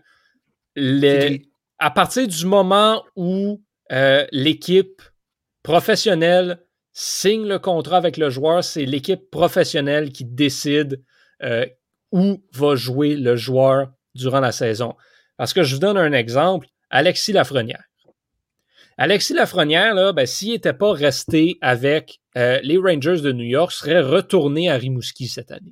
S3: les, à partir du moment où euh, l'équipe professionnelle signe le contrat avec le joueur, c'est l'équipe professionnelle qui décide euh, où va jouer le joueur durant la saison. Parce que je vous donne un exemple, Alexis Lafrenière. Alexis Lafrenière, là, ben, s'il n'était pas resté avec euh, les Rangers de New York, serait retourné à Rimouski cette année.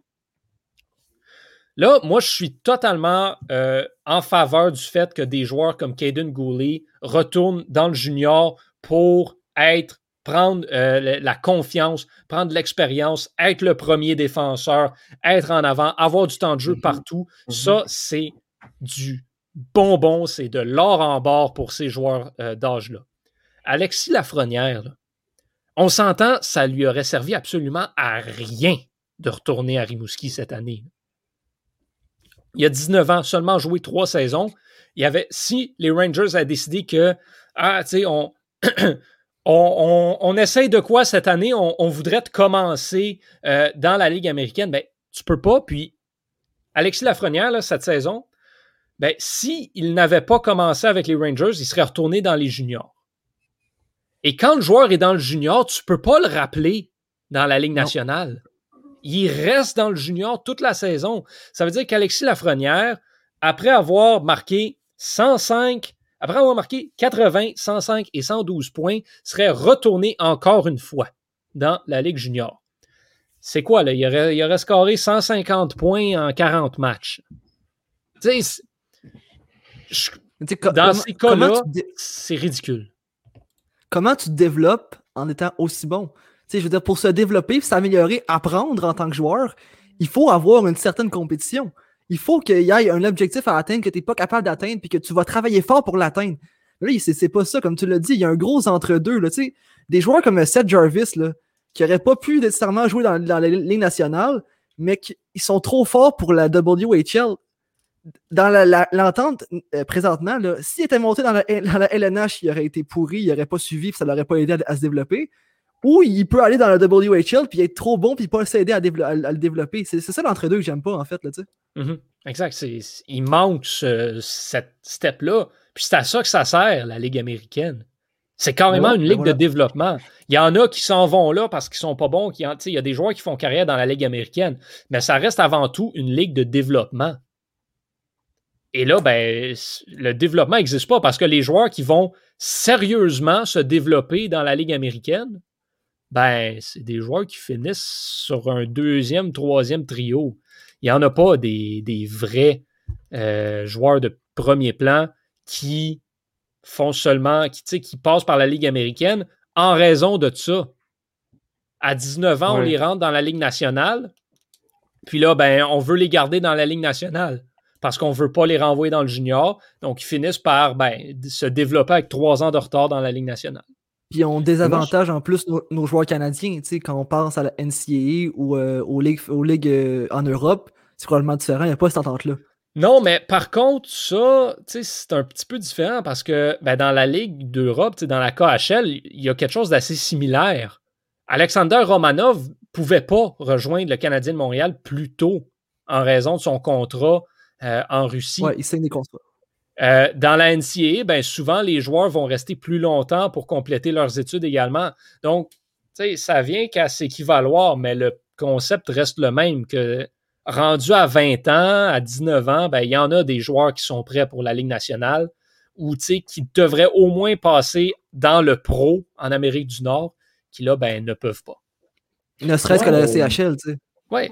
S3: Là, moi, je suis totalement euh, en faveur du fait que des joueurs comme Caden Gooley retournent dans le junior pour être, prendre euh, la confiance, prendre l'expérience, être le premier défenseur, être en avant, avoir du temps de jeu mm-hmm. partout. Mm-hmm. Ça, c'est du bonbon, c'est de l'or en barre pour ces joueurs euh, d'âge-là. Alexis Lafrenière, là, on s'entend, ça lui aurait servi absolument à rien de retourner à Rimouski cette année. Il y a dix-neuf ans, seulement joué trois saisons. Il y avait, si les Rangers avaient décidé que, ah, tu sais, on, on, on, on essaye de quoi cette année, on, on voudrait te commencer euh, dans la Ligue américaine, ben, tu peux pas. Puis, Alexis Lafrenière, là, cette saison, ben, s'il n'avait pas commencé avec les Rangers, il serait retourné dans les juniors. Et quand le joueur est dans le junior, tu ne peux pas le rappeler dans la Ligue nationale. Non. Il reste dans le junior toute la saison. Ça veut dire qu'Alexis Lafrenière, après avoir marqué cent cinq, après avoir marqué quatre-vingts, cent cinq et cent douze points, serait retourné encore une fois dans la Ligue junior. C'est quoi, là? Il aurait, il aurait scoré cent cinquante points en quarante matchs. Tu sais, je, dans comment, ces cas-là, dé... c'est ridicule.
S4: Comment tu te développes en étant aussi bon? Tu sais, je veux dire, pour se développer, s'améliorer, apprendre en tant que joueur, il faut avoir une certaine compétition. Il faut qu'il y ait un objectif à atteindre que tu n'es pas capable d'atteindre puis que tu vas travailler fort pour l'atteindre. Là, c'est, c'est pas ça, comme tu l'as dit, il y a un gros entre-deux. Là, tu sais, des joueurs comme Seth Jarvis, là, qui n'auraient pas pu nécessairement jouer dans, dans la Ligue nationale, mais qui ils sont trop forts pour la W H L. Dans la, la, l'entente euh, présentement, là, s'il était monté dans la, dans la L N H, il aurait été pourri, il n'aurait pas suivi, ça ne l'aurait pas aidé à, à se développer. Ou il peut aller dans la W H L puis être trop bon puis pas s'aider à, dévelop- à, à le développer. C'est, c'est ça l'entre-deux que j'aime pas, en fait. Là,
S3: mm-hmm. Exact. C'est, c'est, il manque ce, cette step-là. Puis c'est à ça que ça sert, la Ligue américaine. C'est carrément ouais, une ligue voilà. de développement. Il y en a qui s'en vont là parce qu'ils sont pas bons. Qui, il y a des joueurs qui font carrière dans la Ligue américaine. Mais ça reste avant tout une ligue de développement. Et là, ben, le développement n'existe pas parce que les joueurs qui vont sérieusement se développer dans la Ligue américaine, ben, c'est des joueurs qui finissent sur un deuxième, troisième trio. Il n'y en a pas des, des vrais euh, joueurs de premier plan qui font seulement, qui, qui passent par la Ligue américaine en raison de ça. À dix-neuf ans, ouais. on les rentre dans la Ligue nationale, puis là, ben, on veut les garder dans la Ligue nationale parce qu'on ne veut pas les renvoyer dans le junior. Donc, ils finissent par ben, se développer avec trois ans de retard dans la Ligue nationale.
S4: Puis on désavantage en plus nos, nos joueurs canadiens, tu sais, quand on pense à la N C A A ou euh, aux ligues, aux ligues euh, en Europe, c'est probablement différent, il n'y a pas cette entente-là.
S3: Non, mais par contre, ça, tu sais, c'est un petit peu différent parce que ben, dans la Ligue d'Europe, tu sais, dans la K H L, il y a quelque chose d'assez similaire. Alexander Romanov ne pouvait pas rejoindre le Canadien de Montréal plus tôt en raison de son contrat euh, en Russie.
S4: Oui, il signe des contrats.
S3: Euh, dans la N C A A, ben, souvent, les joueurs vont rester plus longtemps pour compléter leurs études également. Donc, tu sais, ça vient qu'à s'équivaloir, mais le concept reste le même que rendu à vingt ans, à dix-neuf ans, ben, il y en a des joueurs qui sont prêts pour la Ligue nationale ou, tu sais, qui devraient au moins passer dans le pro en Amérique du Nord, qui là, ben, ne peuvent pas.
S4: Ne serait-ce ouais, que la C H L, tu sais.
S3: Oui.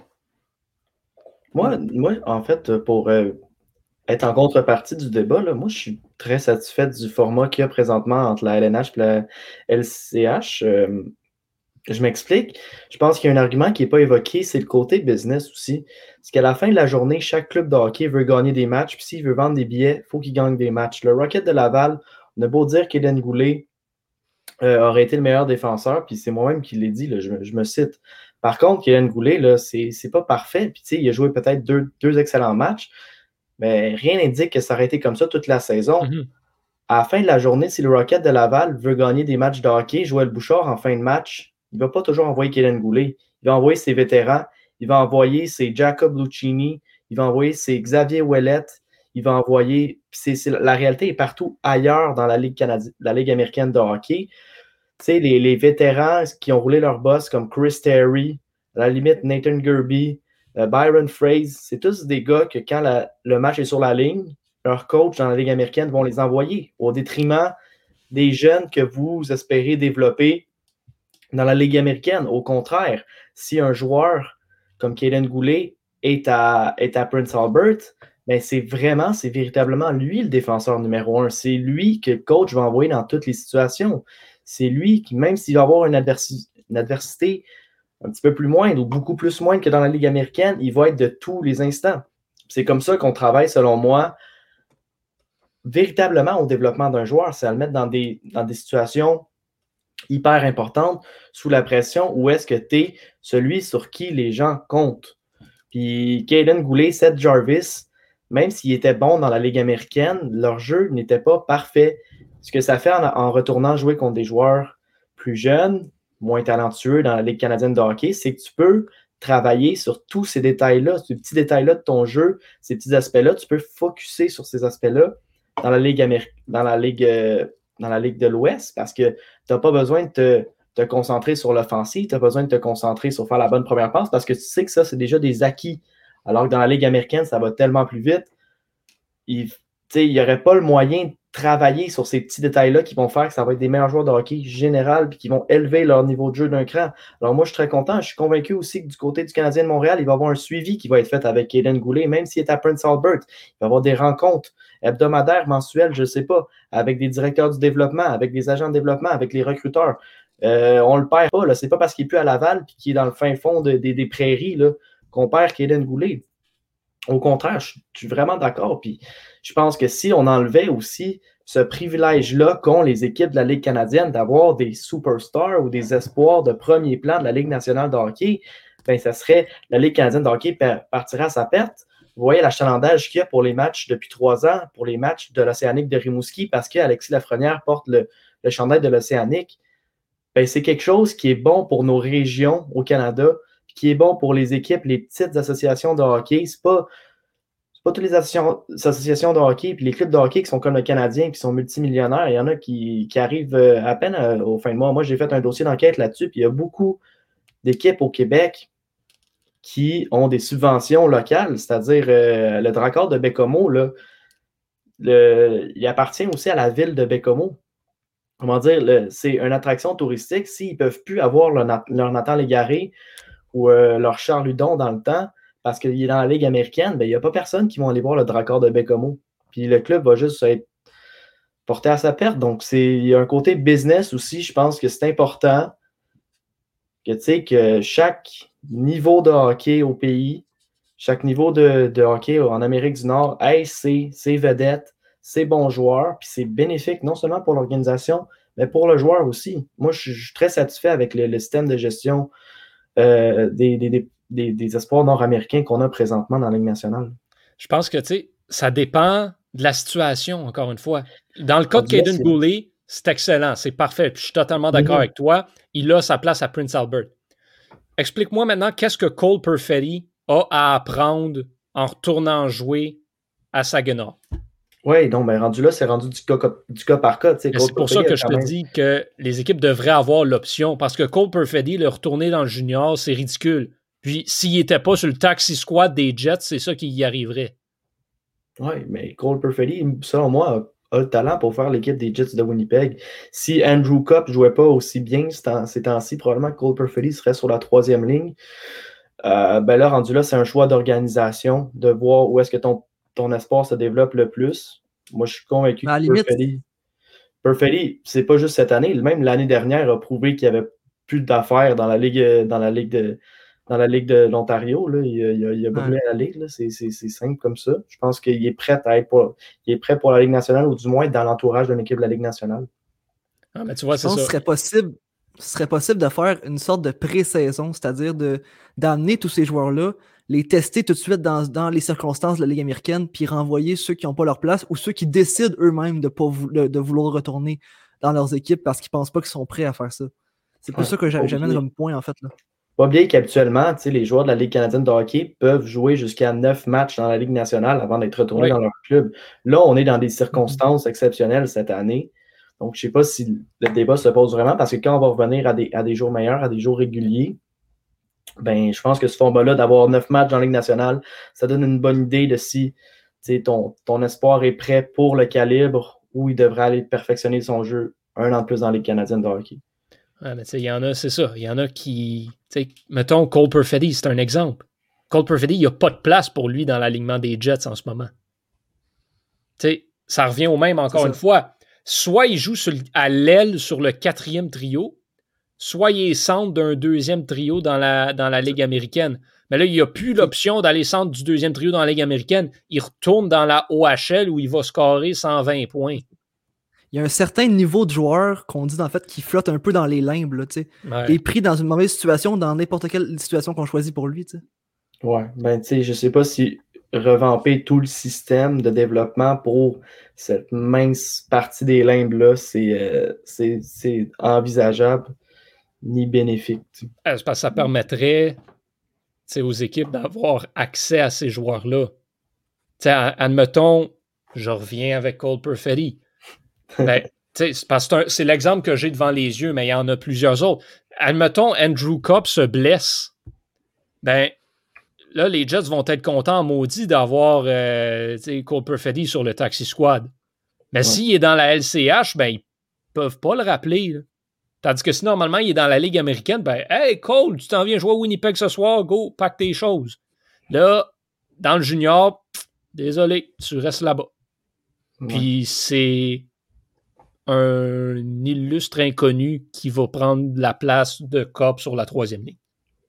S5: Moi, moi, en fait, pour euh, être en contrepartie du débat, là, moi, je suis très satisfait du format qu'il y a présentement entre la L N H et la L C H. Euh, je m'explique. Je pense qu'il y a un argument qui n'est pas évoqué, c'est le côté business aussi. Parce qu'à la fin de la journée, chaque club de hockey veut gagner des matchs, puis s'il veut vendre des billets, il faut qu'il gagne des matchs. Le Rocket de Laval, on a beau dire qu'Eden Goulet euh, aurait été le meilleur défenseur, puis c'est moi-même qui l'ai dit, là, je, je me cite. Par contre, Eden Goulet, là, c'est, c'est pas parfait, puis il a joué peut-être deux, deux excellents matchs, mais rien n'indique que ça aurait été comme ça toute la saison. Mm-hmm. À la fin de la journée, si le Rocket de Laval veut gagner des matchs de hockey, Joël Bouchard, en fin de match, il ne va pas toujours envoyer Eden Goulet. Il va envoyer ses vétérans, il va envoyer ses Jacob Lucchini, il va envoyer ses Xavier Ouellette, il va envoyer... C'est, c'est, la réalité est partout ailleurs dans la Ligue canadienne, la Ligue américaine de hockey. Tu sais, les, les vétérans qui ont roulé leur boss comme Chris Terry, à la limite Nathan Gerby, euh, Byron Fraze, c'est tous des gars que quand la, le match est sur la ligne, leurs coachs dans la Ligue américaine vont les envoyer au détriment des jeunes que vous espérez développer dans la Ligue américaine. Au contraire, si un joueur comme Kaden Goulet est à, est à Prince Albert, ben c'est vraiment, c'est véritablement lui le défenseur numéro un. C'est lui que le coach va envoyer dans toutes les situations. C'est lui qui, même s'il va avoir une, adversi- une adversité un petit peu plus moindre ou beaucoup plus moindre que dans la Ligue américaine, il va être de tous les instants. C'est comme ça qu'on travaille, selon moi, véritablement au développement d'un joueur. C'est à le mettre dans des, dans des situations hyper importantes, sous la pression, où est-ce que tu es celui sur qui les gens comptent. Puis Kaden Goulet, Seth Jarvis, même s'ils étaient bons dans la Ligue américaine, leur jeu n'était pas parfait. Ce que ça fait en, en retournant jouer contre des joueurs plus jeunes, moins talentueux dans la Ligue canadienne de hockey, c'est que tu peux travailler sur tous ces détails-là, ces petits détails-là de ton jeu, ces petits aspects-là, tu peux focusser sur ces aspects-là dans la Ligue, Améri- dans la Ligue euh, dans la Ligue de l'Ouest parce que tu n'as pas besoin de te, te concentrer sur l'offensive, tu as besoin de te concentrer sur faire la bonne première passe parce que tu sais que ça, c'est déjà des acquis. Alors que dans la Ligue américaine, ça va tellement plus vite. Il n'y aurait pas le moyen de travailler sur ces petits détails-là qui vont faire que ça va être des meilleurs joueurs de hockey général et qui vont élever leur niveau de jeu d'un cran. Alors moi, je suis très content. Je suis convaincu aussi que du côté du Canadien de Montréal, il va y avoir un suivi qui va être fait avec Kaden Goulet, même s'il est à Prince Albert. Il va y avoir des rencontres hebdomadaires, mensuelles, je ne sais pas, avec des directeurs du développement, avec des agents de développement, avec les recruteurs. Euh, on ne le perd pas. Ce n'est pas parce qu'il n'est plus à Laval et qu'il est dans le fin fond de, de, des prairies là, qu'on perd Kaden Goulet. Au contraire, je suis vraiment d'accord. Puis je pense que si on enlevait aussi ce privilège-là qu'ont les équipes de la Ligue canadienne d'avoir des superstars ou des espoirs de premier plan de la Ligue nationale de hockey, bien, ça serait la Ligue canadienne de hockey partirait à sa perte. Vous voyez l'achalandage qu'il y a pour les matchs depuis trois ans, pour les matchs de l'Océanique de Rimouski, parce qu'Alexis Lafrenière porte le, le chandail de l'Océanique. Bien, c'est quelque chose qui est bon pour nos régions au Canada, qui est bon pour les équipes, les petites associations de hockey. C'est pas, c'est pas toutes les associations, associations de hockey puis les clubs de hockey qui sont comme le Canadien qui sont multimillionnaires. Il y en a qui, qui arrivent à peine à, au fin de mois. Moi, j'ai fait un dossier d'enquête là-dessus, puis il y a beaucoup d'équipes au Québec qui ont des subventions locales, c'est-à-dire euh, le Dracard de Bécomo, là, le, il appartient aussi à la ville de Bécomo. Comment dire, le, c'est une attraction touristique. S'ils ne peuvent plus avoir leur, leur Nathan Légaré ou euh, leur Charles Hudon dans le temps, parce qu'il est dans la Ligue américaine, ben, il n'y a pas personne qui va aller voir le Dracard de Bécomo. Puis le club va juste être porté à sa perte. Donc, c'est, il y a un côté business aussi. Je pense que c'est important que, tu sais, que chaque niveau de hockey au pays, chaque niveau de, de hockey en Amérique du Nord ait ses, ses vedettes, ses bons joueurs, puis c'est bénéfique non seulement pour l'organisation, mais pour le joueur aussi. Moi, je suis, je suis très satisfait avec le, le système de gestion Euh, des, des, des, des espoirs nord-américains qu'on a présentement dans la Ligue nationale.
S3: Je pense que, tu sais, ça dépend de la situation, encore une fois. Dans le cas de Kaden Goulet, c'est excellent, c'est parfait. Puis je suis totalement d'accord mm-hmm. avec toi. Il a sa place à Prince Albert. Explique-moi maintenant qu'est-ce que Cole Perfetti a à apprendre en retournant jouer à Saginaw.
S5: Oui, donc ben, rendu là, c'est rendu du cas, du cas par cas.
S3: C'est pour ça que je te même... dis que les équipes devraient avoir l'option, parce que Cole Perfetti, le retourner dans le junior, c'est ridicule. Puis s'il n'était pas sur le taxi squad des Jets, c'est ça qui y arriverait.
S5: Oui, mais Cole Perfetti, selon moi, a, a le talent pour faire l'équipe des Jets de Winnipeg. Si Andrew Copp ne jouait pas aussi bien ces temps-ci, probablement que Cole Perfetti serait sur la troisième ligne. Euh, ben là, rendu là, c'est un choix d'organisation, de voir où est-ce que ton ton espoir se développe le plus. Moi, je suis convaincu
S4: à
S5: que
S4: limite...
S5: Perfetti, Perfetti, c'est pas juste cette année, même l'année dernière a prouvé qu'il n'y avait plus d'affaires dans la Ligue, dans la Ligue de, dans la Ligue de l'Ontario. Là. Il, il, il a brûlé ouais. la Ligue. Là. C'est, c'est, c'est simple comme ça. Je pense qu'il est prêt à être pour, il est prêt pour la Ligue nationale, ou du moins dans l'entourage d'une équipe de la Ligue nationale.
S3: Ah, mais tu vois,
S4: je
S3: c'est
S4: pense
S3: ça.
S4: que ce serait possible, ce serait possible de faire une sorte de pré-saison, c'est-à-dire de, d'amener tous ces joueurs-là, les tester tout de suite dans, dans les circonstances de la Ligue américaine, puis renvoyer ceux qui n'ont pas leur place ou ceux qui décident eux-mêmes de, pas vou- de, de vouloir retourner dans leurs équipes parce qu'ils ne pensent pas qu'ils sont prêts à faire ça. C'est pour ouais, ça que j'a- j'amène comme point, en fait. Là.
S5: Pas oublier qu'habituellement, les joueurs de la Ligue canadienne de hockey peuvent jouer jusqu'à neuf matchs dans la Ligue nationale avant d'être retournés oui. dans leur club. Là, on est dans des circonstances mm-hmm. exceptionnelles cette année. Donc, je ne sais pas si le débat se pose vraiment, parce que quand on va revenir à des, à des jours meilleurs, à des jours réguliers, ben, je pense que ce format-là, d'avoir neuf matchs dans la Ligue nationale, ça donne une bonne idée de si ton, ton espoir est prêt pour le calibre ou il devrait aller perfectionner son jeu un an de plus dans la Ligue canadienne de hockey.
S3: Ouais, mais tu sais, il y en a, c'est ça. Il y en a qui, tu sais, mettons, Cole Perfetti, c'est un exemple. Cole Perfetti, il n'y a pas de place pour lui dans l'alignement des Jets en ce moment. Tu sais, ça revient au même encore une fois. Soit il joue sur, à l'aile sur le quatrième trio, soit il est centre d'un deuxième trio dans la, dans la Ligue américaine. Mais là, il n'y a plus l'option d'aller centre du deuxième trio dans la Ligue américaine. Il retourne dans la O H L où il va scorer cent vingt points.
S4: Il y a un certain niveau de joueur qu'on dit en fait qui flotte un peu dans les limbes. Là, ouais. Il est pris dans une mauvaise situation dans n'importe quelle situation qu'on choisit pour lui. T'sais.
S5: Ouais, ben tu sais, je sais pas si revamper tout le système de développement pour cette mince partie des limbes-là, c'est, euh, c'est, c'est envisageable ni bénéfique.
S3: Euh, parce que ça permettrait aux équipes d'avoir accès à ces joueurs-là. T'sais, admettons, je reviens avec Cole Perfetti. Ben, c'est, parce que c'est l'exemple que j'ai devant les yeux, mais il y en a plusieurs autres. Admettons, Andrew Copp se blesse. Ben, là, les Jets vont être contents, maudits, d'avoir euh, Cole Perfetti sur le taxi squad. Mais ouais. S'il est dans la L C H, ben, ils peuvent pas le rappeler. Là. Tandis que si normalement, il est dans la Ligue américaine, ben, hey, Cole, tu t'en viens jouer à Winnipeg ce soir, go, pack tes choses. Là, dans le junior, pff, désolé, tu restes là-bas. Ouais. Puis c'est un illustre inconnu qui va prendre la place de Copp sur la troisième ligne.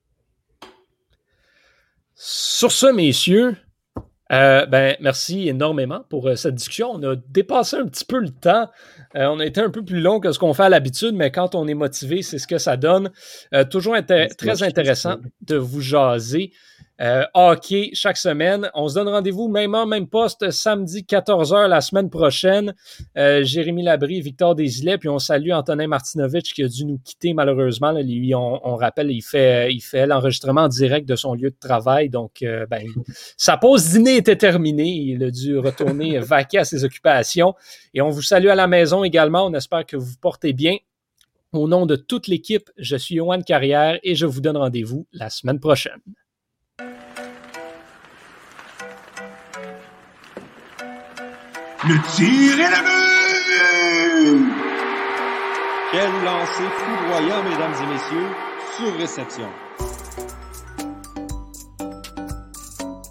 S3: Sur ce, messieurs, euh, ben, merci énormément pour euh, cette discussion. On a dépassé un petit peu le temps. Euh, on a été un peu plus long que ce qu'on fait à l'habitude, mais quand on est motivé, c'est ce que ça donne. Euh, toujours intér- très intéressant de vous jaser. Euh, hockey chaque semaine. On se donne rendez-vous même heure, même poste, samedi quatorze heures la semaine prochaine. Euh, Jérémy Labrie, Victor Desilets, puis on salue Antonin Martinovitch qui a dû nous quitter malheureusement. Là, lui, on, on rappelle, il fait, il fait l'enregistrement en direct de son lieu de travail. Donc, euh, ben, sa pause dîner était terminée. Il a dû retourner vaquer à ses occupations. Et on vous salue à la maison également. On espère que vous vous portez bien. Au nom de toute l'équipe, je suis Yoann Carrière et je vous donne rendez-vous la semaine prochaine.
S1: Le tir est le but!
S2: Quel lancer foudroyant, mesdames et messieurs, sur réception.